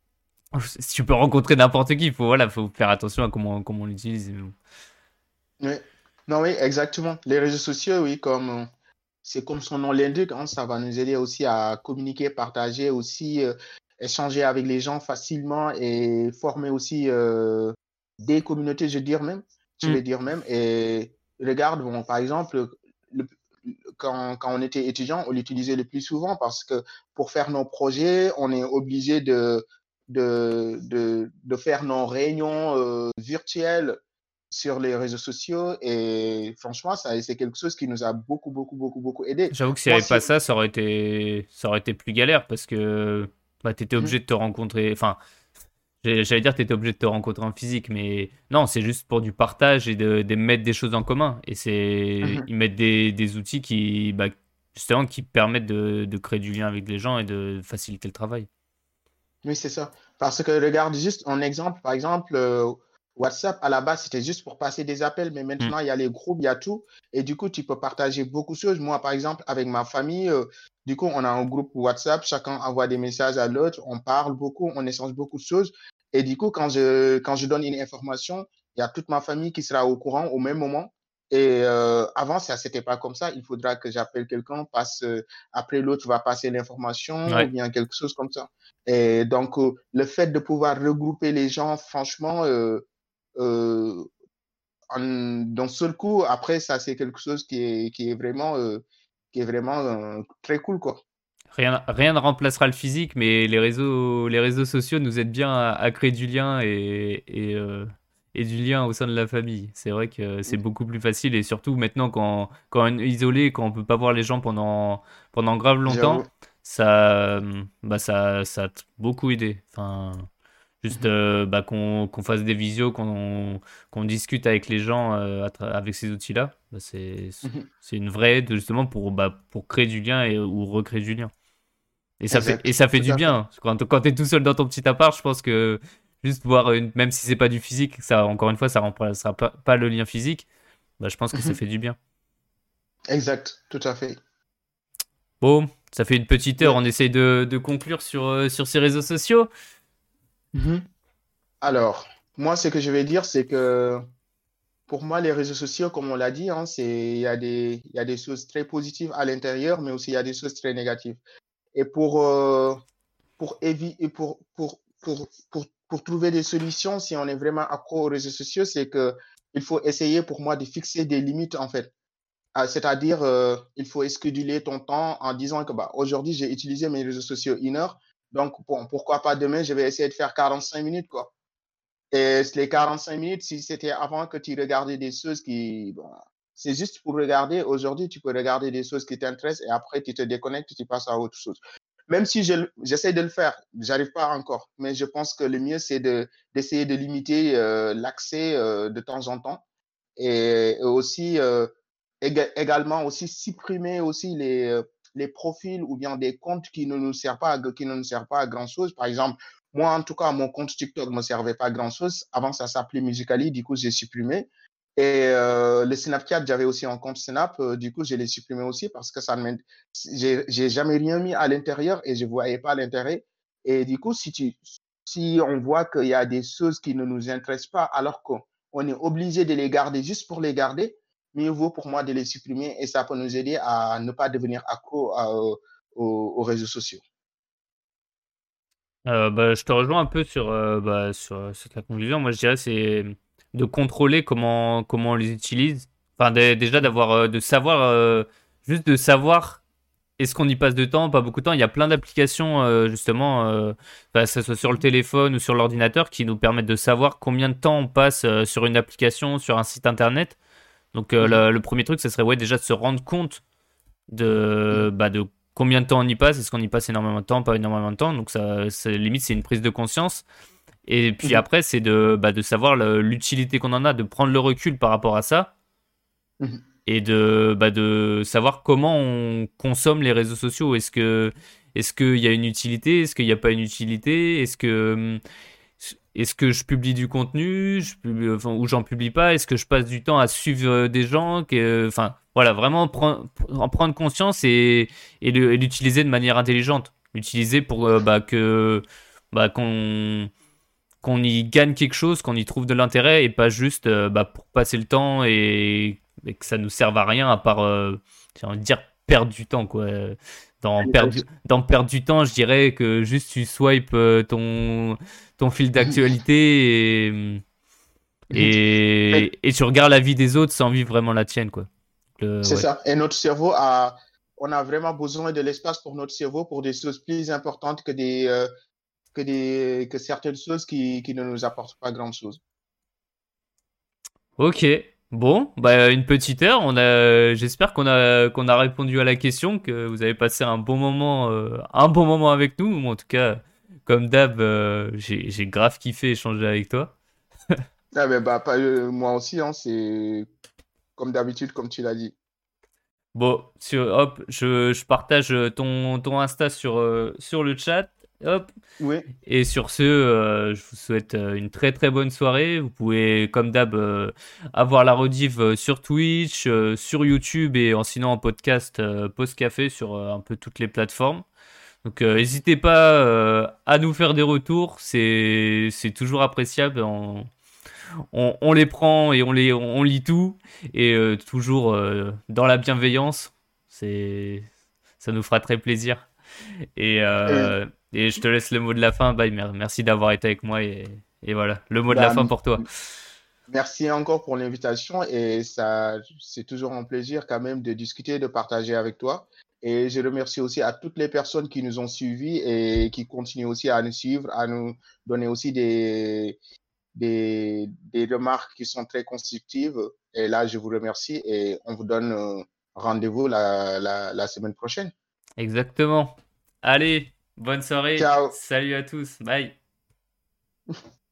tu peux rencontrer n'importe qui. Faut, voilà, faut faire attention à comment, comment on l'utilise. Oui. Non, oui, exactement. Les réseaux sociaux, oui, comme euh, c'est comme son nom l'indique, hein, ça va nous aider aussi à communiquer, partager aussi, euh, échanger avec les gens facilement et former aussi euh, des communautés, je veux dire même, je Mm. vais dire même. Et regarde, bon, par exemple, le- quand, quand on était étudiant, on l'utilisait le plus souvent parce que pour faire nos projets, on est obligé de, de, de, de faire nos réunions euh, virtuelles sur les réseaux sociaux et franchement, ça, c'est quelque chose qui nous a beaucoup, beaucoup, beaucoup, beaucoup aidé. J'avoue que s'il n'y Moi, avait pas si, ça, ça aurait été, ça aurait été plus galère parce que bah, tu étais Mhm, obligé de te rencontrer. Enfin, j'ai- j'allais dire que tu étais obligé de te rencontrer en physique, mais non, c'est juste pour du partage et de, de mettre des choses en commun. Et c'est, mhm. ils mettent des, des outils qui, bah, justement, qui permettent de, de créer du lien avec les gens et de faciliter le travail. Oui, c'est ça. Parce que regarde juste un exemple, par exemple, euh, WhatsApp, à la base, c'était juste pour passer des appels, mais Mm. maintenant, il y a les groupes, il y a tout. Et du coup, tu peux partager beaucoup de choses. Moi, par exemple, avec ma famille, euh, du coup, on a un groupe WhatsApp, chacun envoie des messages à l'autre, on parle beaucoup, on échange beaucoup de choses. Et du coup, quand je, quand je donne une information, il y a toute ma famille qui sera au courant au même moment. Et euh, avant, ça, c'était pas comme ça. Il faudra que j'appelle quelqu'un, passe, euh, après l'autre va passer l'information ou Ouais. bien quelque chose comme ça. Et donc, euh, le fait de pouvoir regrouper les gens, franchement, euh, euh, en- d'un seul coup, après, ça, c'est quelque chose qui est, qui est vraiment, euh, qui est vraiment euh, très cool, quoi. Rien, rien ne remplacera le physique, mais les réseaux, les réseaux sociaux nous aident bien à, à créer du lien et, et, euh, et du lien au sein de la famille. C'est vrai que c'est beaucoup plus facile et surtout maintenant quand, quand on est isolé, quand on peut pas voir les gens pendant, pendant grave longtemps, J'avoue. ça, bah ça, ça a beaucoup aidé. Enfin, juste Mhm, euh, bah, qu'on qu'on fasse des visios, qu'on qu'on discute avec les gens euh, à tra- avec ces outils-là, bah, c'est mhm. c'est une vraie aide justement pour, bah, pour créer du lien et, ou recréer du lien. Et ça fait, et Exact. ça fait Tout du à fait. bien. Quand, quand t'es tout seul dans ton petit appart, je pense que juste voir, une, même si c'est pas du physique, ça, encore une fois, ça remplacera pas, pas le lien physique, bah, je pense que ça Mhm. fait du bien. Exact. Tout à fait. Bon, ça fait une petite heure, Oui. on essaye de, de conclure sur, euh, sur ces réseaux sociaux. Mhm. Alors, moi, ce que je vais dire, c'est que pour moi, les réseaux sociaux, comme on l'a dit, hein, c'est, il y a des, il y a des choses très positives à l'intérieur, mais aussi il y a des choses très négatives. Et pour, euh, pour éviter, pour, pour, pour, pour, pour trouver des solutions, si on est vraiment accro aux réseaux sociaux, c'est que il faut essayer pour moi de fixer des limites en fait. Ah, c'est-à-dire, euh, il faut scheduler ton temps en disant que bah, aujourd'hui, j'ai utilisé mes réseaux sociaux une heure, donc bon, pourquoi pas demain, je vais essayer de faire quarante-cinq minutes, quoi. Et les quarante-cinq minutes, si c'était avant que tu regardais des choses qui, bon, c'est juste pour regarder. Aujourd'hui, tu peux regarder des choses qui t'intéressent et après, tu te déconnectes, tu passes à autre chose. Même si je, j'essaie de le faire, j'arrive pas encore. Mais je pense que le mieux, c'est de, d'essayer de limiter euh, l'accès euh, de temps en temps et, et aussi euh, éga- également aussi supprimer aussi les, euh, les profils ou bien des comptes qui ne nous servent pas, à- qui ne nous servent pas à grand chose. Par exemple, moi, en tout cas, mon compte TikTok ne me servait pas à grand chose. Avant, ça s'appelait Musically, du coup, j'ai supprimé. Et euh, le Snapchat, j'avais aussi un compte Snap, euh, du coup, je l'ai supprimé aussi parce que ça ne m'int- j'ai j'ai jamais rien mis à l'intérieur et je voyais pas l'intérêt. Et du coup, si tu, si on voit qu'il y a des choses qui ne nous intéressent pas, alors qu'on on est obligé de les garder juste pour les garder, mieux vaut pour moi de les supprimer et ça peut nous aider à ne pas devenir accro à- aux, aux réseaux sociaux. Euh, bah, je te rejoins un peu sur, euh, bah, sur, sur ta conclusion. Moi, je dirais c'est de contrôler comment, comment on les utilise. Enfin, dé- déjà Mhm, d'avoir, euh, de savoir, euh, juste de savoir est-ce qu'on y passe de temps, pas beaucoup de temps. Il y a plein d'applications, euh, justement, euh, bah, que ce soit sur le mhm, téléphone ou sur l'ordinateur, qui nous permettent de savoir combien de temps on passe euh, sur une application, sur un site internet. Donc, euh, mhm, le, le premier truc, ce serait ouais, déjà de se rendre compte de, mhm, bah, de combien de temps on y passe. Est-ce qu'on y passe énormément de temps, pas énormément de temps. Donc, ça, c'est- limite, c'est une prise de conscience. Et puis mhm, après, c'est de, bah, de savoir le- l'utilité qu'on en a, de prendre le recul par rapport à ça mhm. et de, bah, de savoir comment on consomme les réseaux sociaux. Est-ce que, est-ce qu'il y a une utilité? Est-ce qu'il n'y a pas une utilité? Est-ce que, est-ce que je publie du contenu, je publie, enfin, ou j'en publie pas, est-ce que je passe du temps à suivre euh, des gens, que, enfin, voilà, vraiment prendre, en prendre conscience et, et, le- et l'utiliser de manière intelligente. L'utiliser pour euh, bah, que, bah, qu'on, qu'on y gagne quelque chose, qu'on y trouve de l'intérêt et pas juste euh, bah, pour passer le temps et, et que ça nous serve à rien à part, euh, j'ai envie de dire, perdre du temps, quoi. Dans perdre, du- dans perdre du temps, je dirais que juste tu swipes euh, ton, ton fil d'actualité et, Mais et, et tu regardes la vie des autres sans vivre vraiment la tienne, quoi. Le, c'est ouais. ça. Et notre cerveau a, on a vraiment besoin de l'espace pour notre cerveau pour des choses plus importantes que des, euh, que des, que certaines choses qui, qui ne nous apportent pas grand-chose. Ok. Bon, bah une petite heure. On a, j'espère qu'on a qu'on a répondu à la question, que vous avez passé un bon moment, euh, un bon moment avec nous. Moi, en tout cas, comme d'hab, euh, j'ai j'ai grave kiffé échanger avec toi. Ah ben, bah, pas, euh, moi aussi, hein, c'est comme d'habitude, comme tu l'as dit. Bon, sur, hop, je, je partage ton, ton Insta sur, euh, sur le chat. Hop. Oui, Et sur ce, euh, je vous souhaite euh, une très très bonne soirée. Vous pouvez, comme d'hab, euh, avoir la rediff euh, sur Twitch, euh, sur YouTube et en sinon en podcast euh, Pause Café sur euh, un peu toutes les plateformes. Donc euh, n'hésitez pas euh, à nous faire des retours, c'est c'est toujours appréciable. On, on, on les prend et on les on lit tout et euh, toujours euh, dans la bienveillance. C'est ça nous fera très plaisir. Et, euh, euh, et je te laisse le mot de la fin. Bye, mer- merci d'avoir été avec moi. Et, et voilà, le mot de la bah, fin pour toi. merci encore pour l'invitation et ça, c'est toujours un plaisir quand même de discuter, de partager avec toi. Et je remercie aussi à toutes les personnes qui nous ont suivis et qui continuent aussi à nous suivre, à nous donner aussi des, des, des remarques qui sont très constructives. Et là, je vous remercie et on vous donne euh, rendez-vous la, la, la semaine prochaine. Exactement. Allez, bonne soirée. Ciao! Salut à tous. Bye.